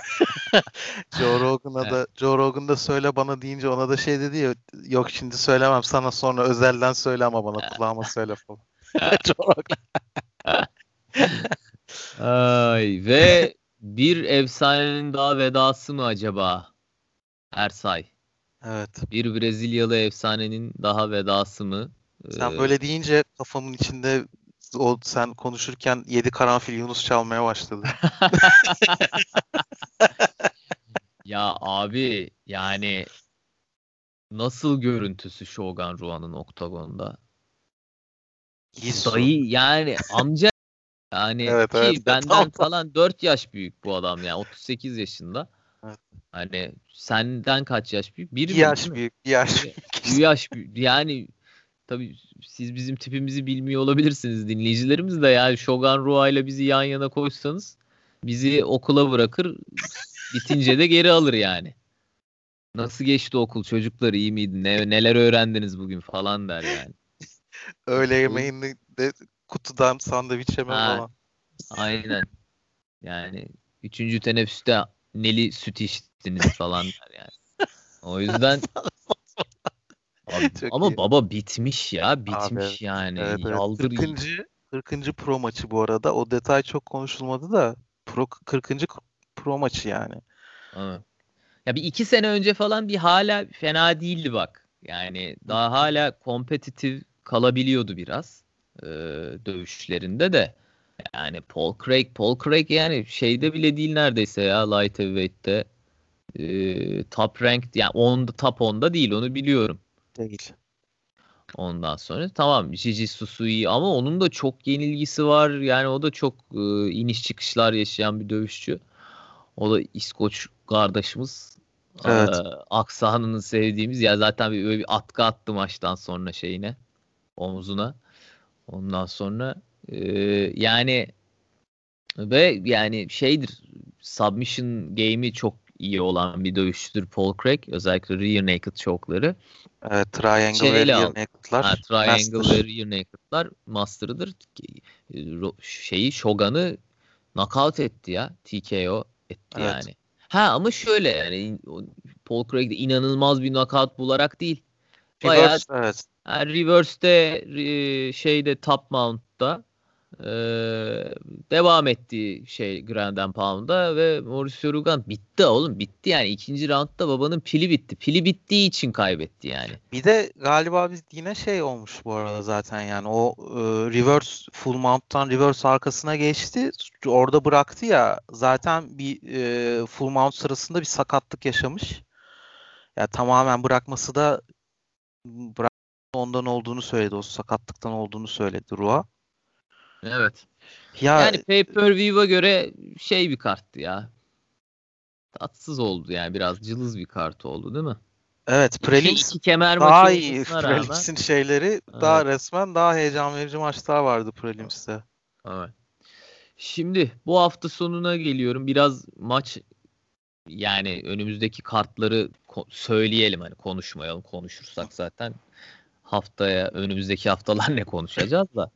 Evet. Joe Rogan'da söyle bana deyince ona da şey dedi ya, yok şimdi söylemem sana, sonra özelden söyle ama bana kulağıma söyle falan. Joe Rogan. Ay, ve bir efsanenin daha vedası mı acaba Ersay? Evet. Bir Brezilyalı efsanenin daha vedası mı? Sen Ee, böyle deyince kafamın içinde o sen konuşurken 7 karanfil Yunus çalmaya başladı. Ya abi, yani nasıl görüntüsü Shogun Rua'nın oktagonda? Yisu. Dayı, yani amca, yani Evet, evet, ki evet. Tamam, benden tamam. falan 4 yaş büyük bu adam, yani 38 yaşında. Evet. Hani senden kaç yaş büyük? Bir Bir mi, iki yaş mi? büyük. Bir yaş Bir, büyük bir işte. yaş büyük. Yani tabii siz bizim tipimizi bilmiyor olabilirsiniz, dinleyicilerimiz de, yani Shogun Rua ile bizi yan yana koysanız bizi okula bırakır, bitince de geri alır yani. Nasıl geçti okul çocuklar, iyi miydi? Neler öğrendiniz bugün falan der yani. Öğle O, yemeğini de kutudan sandviç yeme ha, falan. aynen. Yani üçüncü teneffüste neli süt içtiniz falan der yani. O yüzden abi, Çok ama iyi. baba bitmiş ya, Abi, evet. bitmiş yani. Evet, evet. Yaldır. 40. Pro maçı bu arada. O detay çok konuşulmadı da Pro 40. Pro maçı yani. Ha. Ya bir 2 sene önce falan bir hala fena değildi bak. Yani Hı daha hı. hala kompetitif kalabiliyordu biraz e, dövüşlerinde de. Yani Paul Craig yani şeyde bile değil neredeyse ya, light heavyweight'te top ranked, yani top 10'da değil, onu biliyorum. Değil. Ondan sonra tamam, Gigi Susui, ama onun da çok yenilgisi var. Yani o da çok iniş çıkışlar yaşayan bir dövüşçü. O da İskoç kardeşimiz. E, Evet. aksanını sevdiğimiz, ya zaten böyle bir atkı attı maçtan sonra şeyine, omzuna. Ondan sonra e, yani, ve yani şeydir, submission game'i çok iyi olan bir dövüşçüdür Paul Craig. Özellikle rear naked choke'ları. Evet. Triangle ve Şeyle rear al. Ha, naked'lar. Triangle ve Master. Rear Naked'lar master'ıdır. Şeyi, Shogun'ı knockout etti ya. TKO etti Evet. yani. Ha, ama şöyle yani, Paul Craig de inanılmaz bir knockout bularak değil. Bayağı, Reverse. Evet. ha, reverse'te, şeyde, top mount'ta devam ettiği şey, Grand and Pound'da, ve Mauricio Rugan bitti oğlum, bitti yani. İkinci roundda babanın pili bitti. Pili bittiği için kaybetti yani. Bir de galiba biz yine şey olmuş bu arada zaten, yani o reverse full mount'tan reverse arkasına geçti. Orada bıraktı ya, zaten bir full mount sırasında bir sakatlık yaşamış. Ya tamamen bırakması da ondan olduğunu söyledi. O sakatlıktan olduğunu söyledi Rua. Evet. Ya Yani pay-per-view'a göre şey bir karttı ya. Tatsız oldu yani, biraz cılız bir kart oldu değil mi? evet, İki, prelims iki kemer maçı daha iyi. olmasına rağmen. Prelims'in şeyleri daha Evet, resmen daha heyecan verici maçlar vardı Prelims'te. evet. Şimdi bu hafta sonuna geliyorum. Biraz maç, yani önümüzdeki kartları söyleyelim, hani konuşmayalım. Konuşursak zaten haftaya, önümüzdeki haftalar ne konuşacağız da.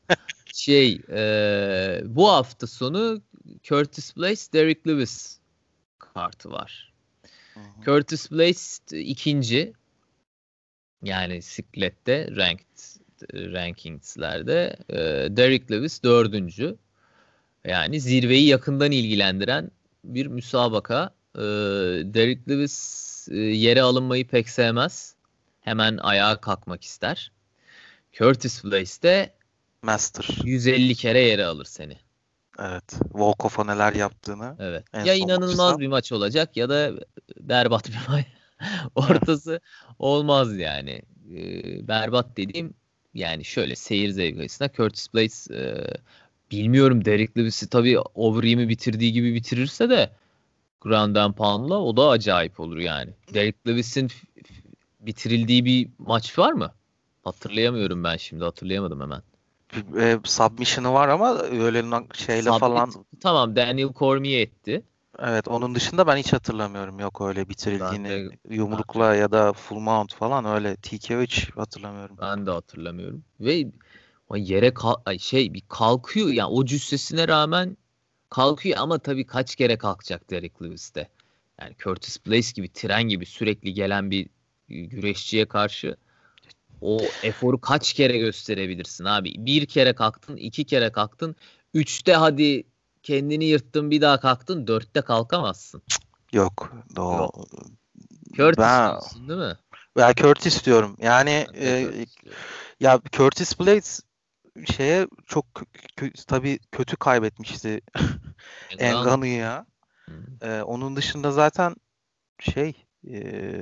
Bu hafta sonu Curtis Blaze, Derek Lewis kartı var. Hı hı. Curtis Blaze ikinci, yani siklette rankingslerde. Derek Lewis dördüncü. Yani zirveyi yakından ilgilendiren bir müsabaka. Derek Lewis yere alınmayı pek sevmez. hemen ayağa kalkmak ister. Curtis Blaze de Master. 150 kere yere alır seni. Evet. Volkov'a neler yaptığını Evet. en Ya son inanılmaz maçta. bir maç olacak ya da berbat bir maç. Evet. Ortası olmaz yani. Berbat dediğim yani şöyle seyir zevki açısından Curtis Blaze bilmiyorum Derek Lewis'i tabii Overeem'i bitirdiği gibi bitirirse de Ground and Pound'la o da acayip olur yani. Derek Lewis'in bitirildiği bir maç var mı? Hatırlayamıyorum ben şimdi. Hatırlayamadım hemen. Submission'ı var ama öyle şeyle Submit. falan. Tamam, Daniel Cormier etti. Evet, onun dışında ben hiç hatırlamıyorum. Yok öyle Ben bitirildiğini, de ben de yumrukla ya da full mount falan, öyle TKO hiç hatırlamıyorum. ben de hatırlamıyorum. Ve o yere bir kalkıyor yani o cüssesine rağmen kalkıyor ama tabii kaç kere kalkacak Derek Lewis'te. Yani Curtis Blaze gibi tren gibi sürekli gelen bir güreşçiye karşı o eforu kaç kere gösterebilirsin abi? Bir kere kalktın, iki kere kalktın, üçte hadi kendini yırttın bir daha kalktın, dörtte kalkamazsın. Yok. O, Yok. Curtis ben diyorsun değil mi? ben Curtis diyorum. Yani Ben de Curtis diyorum. ya Curtis Blades şeye çok tabii kötü kaybetmişti Ngannou. Ngannou'yu ya. Hmm. Onun dışında zaten şey e,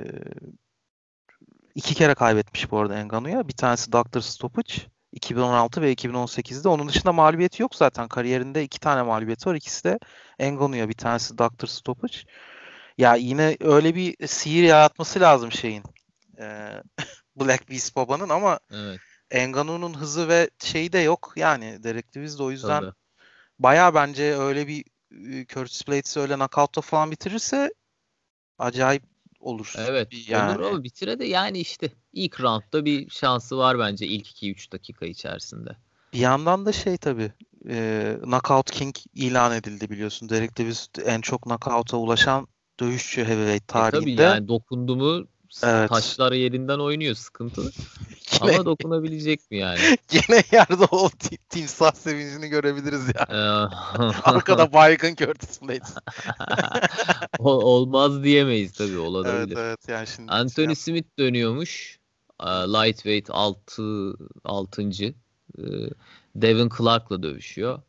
iki kere kaybetmiş bu arada Ngannou'ya. Bir tanesi Dr. Stoppage 2016 ve 2018'de. Onun dışında mağlubiyeti yok zaten. Kariyerinde iki tane mağlubiyeti var. İkisi de Ngannou'ya. Bir tanesi Dr. Stoppage. Ya yine öyle bir sihir yaratması lazım şeyin. E, Black Beast babanın ama Evet, Ngannou'nun hızı ve şeyi de yok. Yani Derek Lewis de o yüzden tabii. bayağı bence öyle bir Curtis Blades'i öyle knockout'ta falan bitirirse acayip olur. Evet, olur Yani ama bitire de yani işte ilk roundda bir şansı var bence ilk 2-3 dakika içerisinde. bir yandan da şey tabii Knockout King ilan edildi biliyorsun. Derek Lewis en çok knockout'a ulaşan dövüşçü heavyweight Tabii tarihinde. yani dokundu mu Evet. taşlar yerinden oynuyor, sıkıntılı. Yine Ama dokunabilecek mi yani? yine yerde o timsah sevincini görebiliriz yani. Ee, Arkada baygın Curtis Blades. Olmaz diyemeyiz tabii, Evet olabilir. evet, yani şimdi şey Anthony yap. Smith dönüyormuş. Lightweight 6. Devin Clark'la dövüşüyor.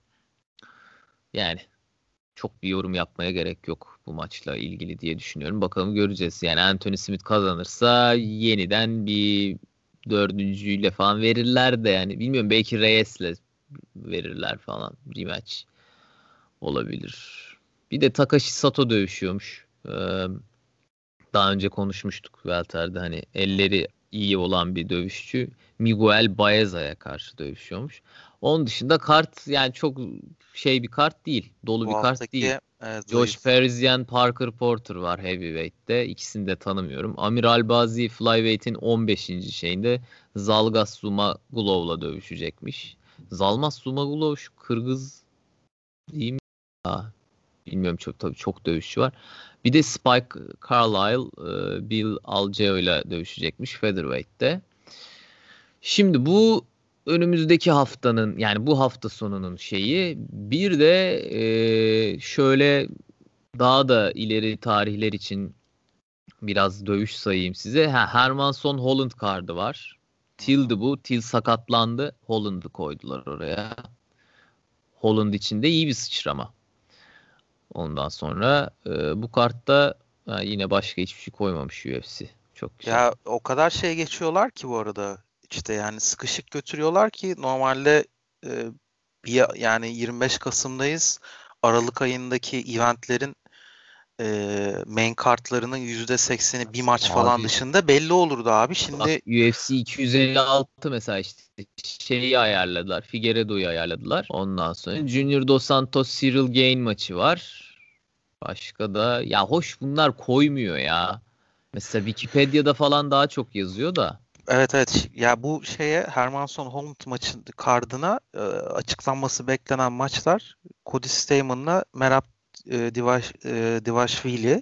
Yani çok bir yorum yapmaya gerek yok bu maçla ilgili diye düşünüyorum. Bakalım, göreceğiz. Yani Anthony Smith kazanırsa yeniden bir dördüncüyle falan verirler de yani. Bilmiyorum, belki Reyes'le verirler falan. Rematch olabilir. Bir de Takashi Sato dövüşüyormuş. Daha önce konuşmuştuk Welter'de, hani elleri iyi olan bir dövüşçü Miguel Baeza'ya karşı dövüşüyormuş. Onun dışında kart yani çok bir kart değil. Dolu Bu bir kart değil. haftaki Josh zayıf. Parisian, Parker Porter var Heavyweight'te. İkisini de tanımıyorum. Amir Albazi Flyweight'in 15. şeyinde Zalgas Zumagulow'la dövüşecekmiş. Zalmas Zumagulov şu Kırgız değil mi? Bilmiyorum, çok tabii çok dövüşçü var. Bir de Spike Carlyle, Bill Algeo ile dövüşecekmiş Featherweight'te. Şimdi bu önümüzdeki haftanın yani bu hafta sonunun şeyi. Bir de şöyle daha da ileri tarihler için biraz dövüş sayayım size. Hermansson Holland kartı var. Hı hı. Till'di bu. Till sakatlandı. Holland'ı koydular oraya. Holland için de iyi bir sıçrama. Ondan sonra bu kartta yine başka hiçbir şey koymamış UFC. Çok Ya o kadar şey geçiyorlar ki bu arada, işte yani sıkışık götürüyorlar ki normalde e, yani 25 Kasım'dayız. Aralık ayındaki eventlerin main kartlarının %80'i bir maç falan Abi dışında belli olurdu abi. bak, Şimdi UFC 256 mesela işte şeyi ayarladılar. Figueiredo'yu ayarladılar. Ondan sonra Junior Dos Santos Cyril Gane maçı var. Başka da ya hoş bunlar koymuyor ya. Mesela Wikipedia'da falan daha çok yazıyor da. evet evet, ya bu şeye Hermansson Holland maçı kardına açıklanması beklenen maçlar Cody Staman'la Merab Divashvili.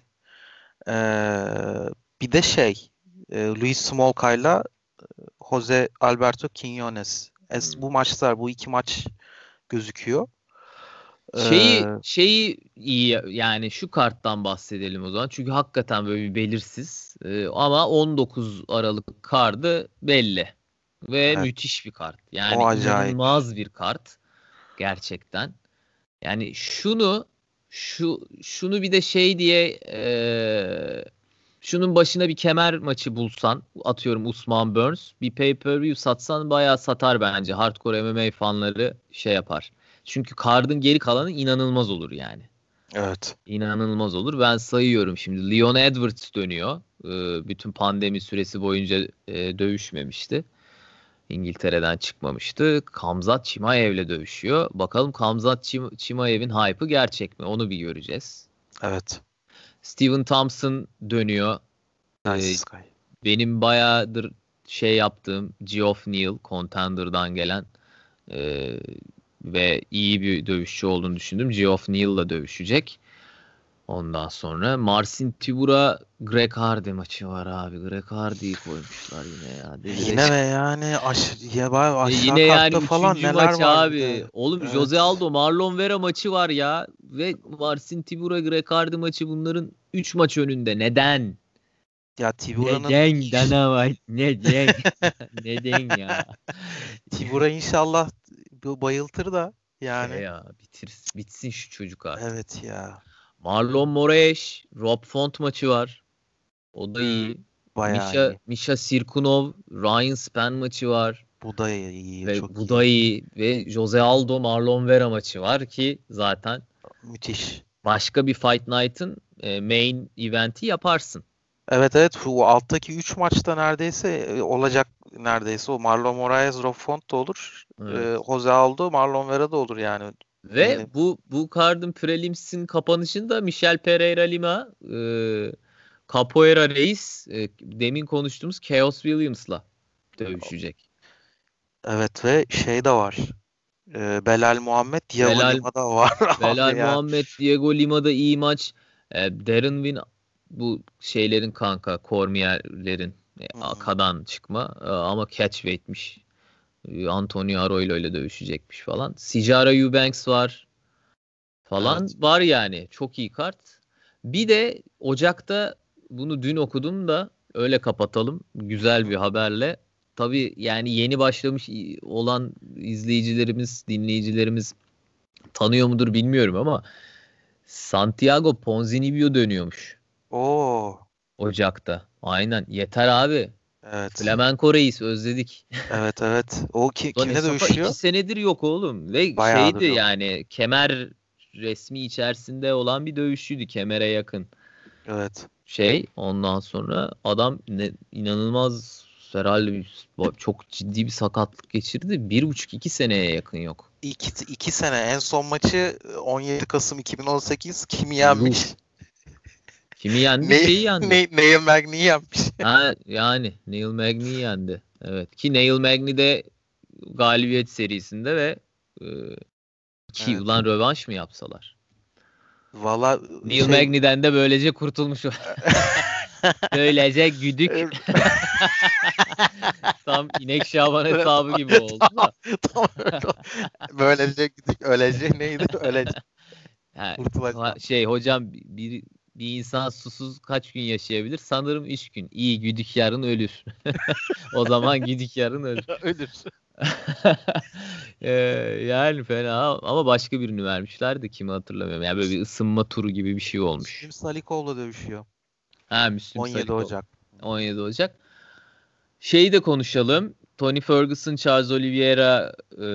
Bir de Luis Smolka'yla Jose Alberto Quinones. Hmm. Bu maçlar, bu iki maç gözüküyor. Şeyi iyi, yani şu karttan bahsedelim o zaman. Çünkü hakikaten böyle bir belirsiz. Ama 19 Aralık kartı belli. Ve Evet, müthiş bir kart. Yani o acayip. inanılmaz bir kart. Gerçekten. Yani şunu bir de şey diye şunun başına bir kemer maçı bulsan, atıyorum Usman Burns, bir pay-per-view satsan bayağı satar bence. Hardcore MMA fanları şey yapar. Çünkü card'ın geri kalanı inanılmaz olur yani. Evet. İnanılmaz olur. Ben sayıyorum şimdi. Leon Edwards dönüyor. Bütün pandemi süresi boyunca dövüşmemişti. İngiltere'den çıkmamıştı. Khamzat Chimaev'le dövüşüyor. Bakalım Khamzat Chimaev'in hype'ı gerçek mi? Onu bir göreceğiz. Evet. Steven Thompson dönüyor. Nice Ee, Sky. benim bayağıdır şey yaptığım Geoff Neal, Contender'dan gelen e, ve iyi bir dövüşçü olduğunu düşündüm. Geoff Neal'la dövüşecek. Ondan sonra Marcin Tybura Greg Hardy maçı var abi. Greg Hardy'yi koymuşlar yine ya. Yine ve Delireceğim. yani Yine aşağı yani kartta falan üçüncü neler maç var bir abi. de. Oğlum Jose Evet. Aldo Marlon Vera maçı var ya. Ve Marcin Tybura Greg Hardy maçı, bunların 3 maç önünde. Neden? Ya Tibura'nın Neden Dana White? Neden? Neden ya? Tibura inşallah bayıltır da Şey yani. ya, bitsin şu çocuk artık. Evet ya. Marlon Moraes, Rob Font maçı var. O da iyi. Bayağı Misha, iyi. Misha Cirkunov, Ryan Spann maçı var. Bu da iyi. Ve Çok bu da iyi. iyi. Ve Jose Aldo Marlon Vera maçı var ki zaten Müthiş. başka bir Fight Night'ın main event'i yaparsın. Evet, evet, bu alttaki 3 maçta neredeyse olacak neredeyse o Marlon Moraes, Rob Font da olur. Evet. Jose Aldo, Marlon Vera da olur yani. Ve Main, bu card'ın prelims'in kapanışında Michel Pereira Lima, Capoeira Reis, demin konuştuğumuz Chaos Williams'la dövüşecek. evet, ve şey de var. Belal Muhammed, Thiago Belal Lima da var abi Belal yani. Muhammed, Diego Lima'da iyi maç. Darren Win, bu şeylerin kanka, Cormier'lerin Hı hı. Aka'dan çıkma, ama catchweight'miş. Antonio Arroyo ile dövüşecekmiş falan. Sijara Eubanks var falan, Evet. var yani. Çok iyi kart. Bir de Ocak'ta, bunu dün okudum da öyle kapatalım. Hı Güzel bir hı. haberle. Tabii yani yeni başlamış olan izleyicilerimiz, dinleyicilerimiz tanıyor mudur bilmiyorum ama Santiago Ponzinibbio dönüyormuş Oo. Ocak'ta. Aynen. Yeter abi. Evet. Flamenco Reis özledik. Evet, evet. O Ulan kimle Safa 2 dövüşüyor? senedir yok oğlum. Ve şeydi Bayağıdır yok. yani, kemer resmi içerisinde olan bir dövüşçüydü. Kemere yakın. Evet. Ondan sonra adam inanılmaz, herhalde çok ciddi bir sakatlık geçirdi. 1,5-2 seneye yakın yok. İki sene. En son maçı 17 Kasım 2018. Kimi Yuh. yenmiş? Kimi yendi? Ne, Şeyi yendi. Neil Magny'i yenmiş. Ha, yani Neil Magny yendi. Evet. Ki Neil Magny de galibiyet serisinde ve e, ki Evet. ulan rövanş mı yapsalar? Valla Neil Magny'den de böylece kurtulmuş. Böylece güdük. Evet. Tam İnek Şaban hesabı gibi oldu Tam, da. tam öyle. Böylece gidip öylece neydi? Öylece Ha, kurtulacağım. hocam, bir insan susuz kaç gün yaşayabilir? Sanırım 3 gün. İyi, güdük yarın ölür. O zaman güdük yarın ölür. Ölür. Ee, yani fena, ama başka birini vermişlerdi, kimi hatırlamıyorum. Yani böyle bir ısınma turu gibi bir şey Müslüm olmuş. Salikov'la dövüşüyor. Ha, Müslüm 17 Salikov. Ocak. 17 Ocak. Şeyi de konuşalım. Tony Ferguson, Charles Oliveira.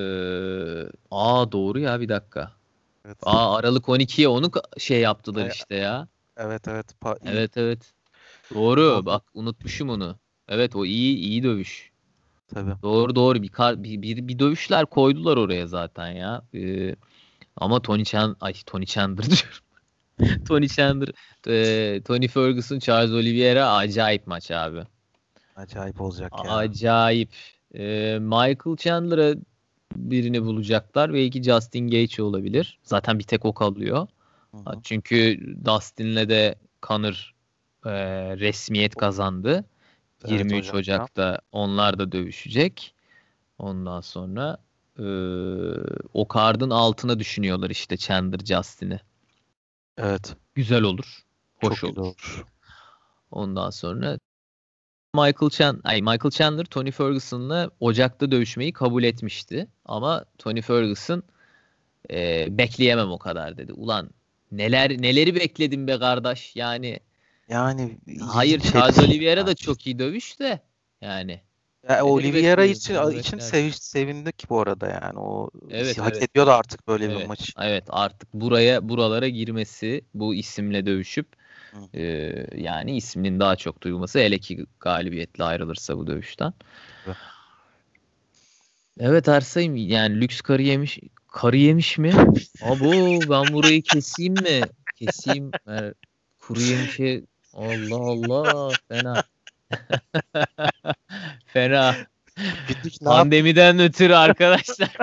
Doğru ya, bir dakika. Evet. Aralık 12'ye onu şey yaptılar E, işte ya. Evet, evet. İyi. Evet, evet. Doğru. Onu Bak, unutmuşum onu. Evet, o iyi iyi dövüş. tabii. Doğru, doğru. Bir dövüşler koydular oraya zaten ya. Ama Tony Chandler diyorum. Tony Chandler, Tony Ferguson, Charles Oliveira acayip maç abi. Acayip olacak ya. Acayip. Michael Chandler'a birini bulacaklar. Belki Justin Gaethje olabilir. Zaten bir tek o kalıyor. Hı hı. Çünkü Dustin'le de Conor resmiyet kazandı. Evet, 23 Ocak'ta. Ocak'ta onlar da dövüşecek. Ondan sonra. O card'ın altına düşünüyorlar işte Chandler Justin'i. Evet. Güzel olur. Hoş Çok olur. güzel olur. Ondan sonra Michael Chandler Tony Ferguson'la Ocak'ta dövüşmeyi kabul etmişti. Ama Tony Ferguson bekleyemem o kadar dedi. Ulan neleri bekledim be kardeş. Yani hayır, ilginç Charles herif. Oliveira da çok iyi dövüş de yani Ya neleri Oliveira bekledim, için bunu için beklerdim. sevindik bu arada yani. O Evet, hak evet. ediyordu artık böyle bir Evet, maç. evet, artık buralara girmesi, bu isimle dövüşüp Hı. yani isminin daha çok duyulması, hele ki galibiyetle ayrılırsa bu dövüşten. Evet. Evet Ersay'ım, yani lüks karı yemiş mi? Abo, ben burayı keseyim mi? Keseyim. Kuru yemişe, Allah Allah, fena. Fena. Gündüz ne yaptın? Pandemiden ötürü arkadaşlar.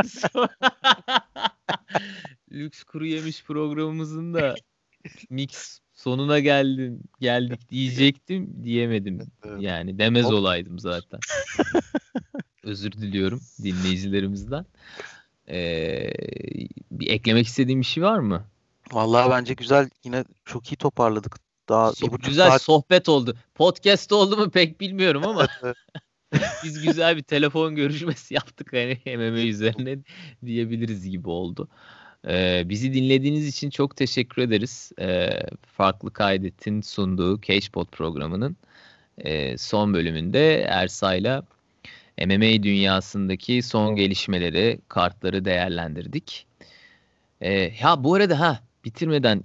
Lüks kuru yemiş programımızın da mix sonuna geldik diyecektim, diyemedim. Evet. Yani demez Hop. olaydım zaten. Özür diliyorum dinleyicilerimizden. Ee, Bir eklemek istediğim bir şey var mı? Vallahi bence güzel. Yine çok iyi toparladık. Daha 1,5 Güzel saat. sohbet oldu. Podcast oldu mu pek bilmiyorum ama Evet, evet. biz güzel bir telefon görüşmesi yaptık hani MMA üzerine diyebiliriz gibi oldu. Bizi dinlediğiniz için çok teşekkür ederiz. Farklı Kaydet'in sunduğu CagePod programının son bölümünde Ersay'la MMA dünyasındaki son gelişmeleri, kartları değerlendirdik. Ha bu arada bitirmeden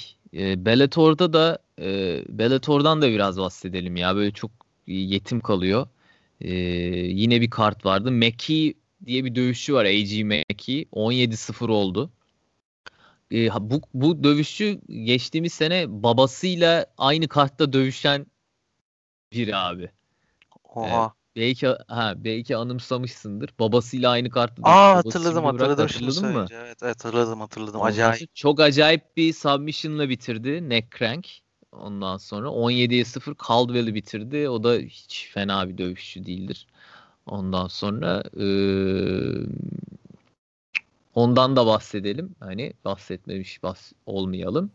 Bellator'dan da biraz bahsedelim ya. Böyle çok yetim kalıyor. Yine bir kart vardı. Maki diye bir dövüşçü var. A.G. Maki. 17-0 oldu. Bu dövüşçü geçtiğimiz sene babasıyla aynı kartta dövüşen biri abi. Oha. Belki anımsamışsındır. Babasıyla aynı kartta dövüştü. Babası şimdi bıraktı, Hatırladım şimdi hatırladın mı? söyleyince. Evet, hatırladım. Ondan Acayip. sonra çok acayip bir submission'la bitirdi. Neck crank. Ondan sonra 17-0 Caldwell'i bitirdi. O da hiç fena bir dövüşçü değildir. Ondan sonra ondan da bahsedelim. Hani bahsetmemiş olmayalım.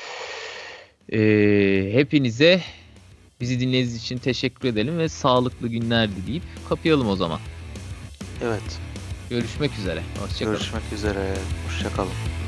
Hepinize bizi dinlediğiniz için teşekkür edelim ve sağlıklı günler dileyip kapayalım o zaman. Evet. Görüşmek üzere. Hoşça kalın. Görüşmek üzere. Hoşça kalın.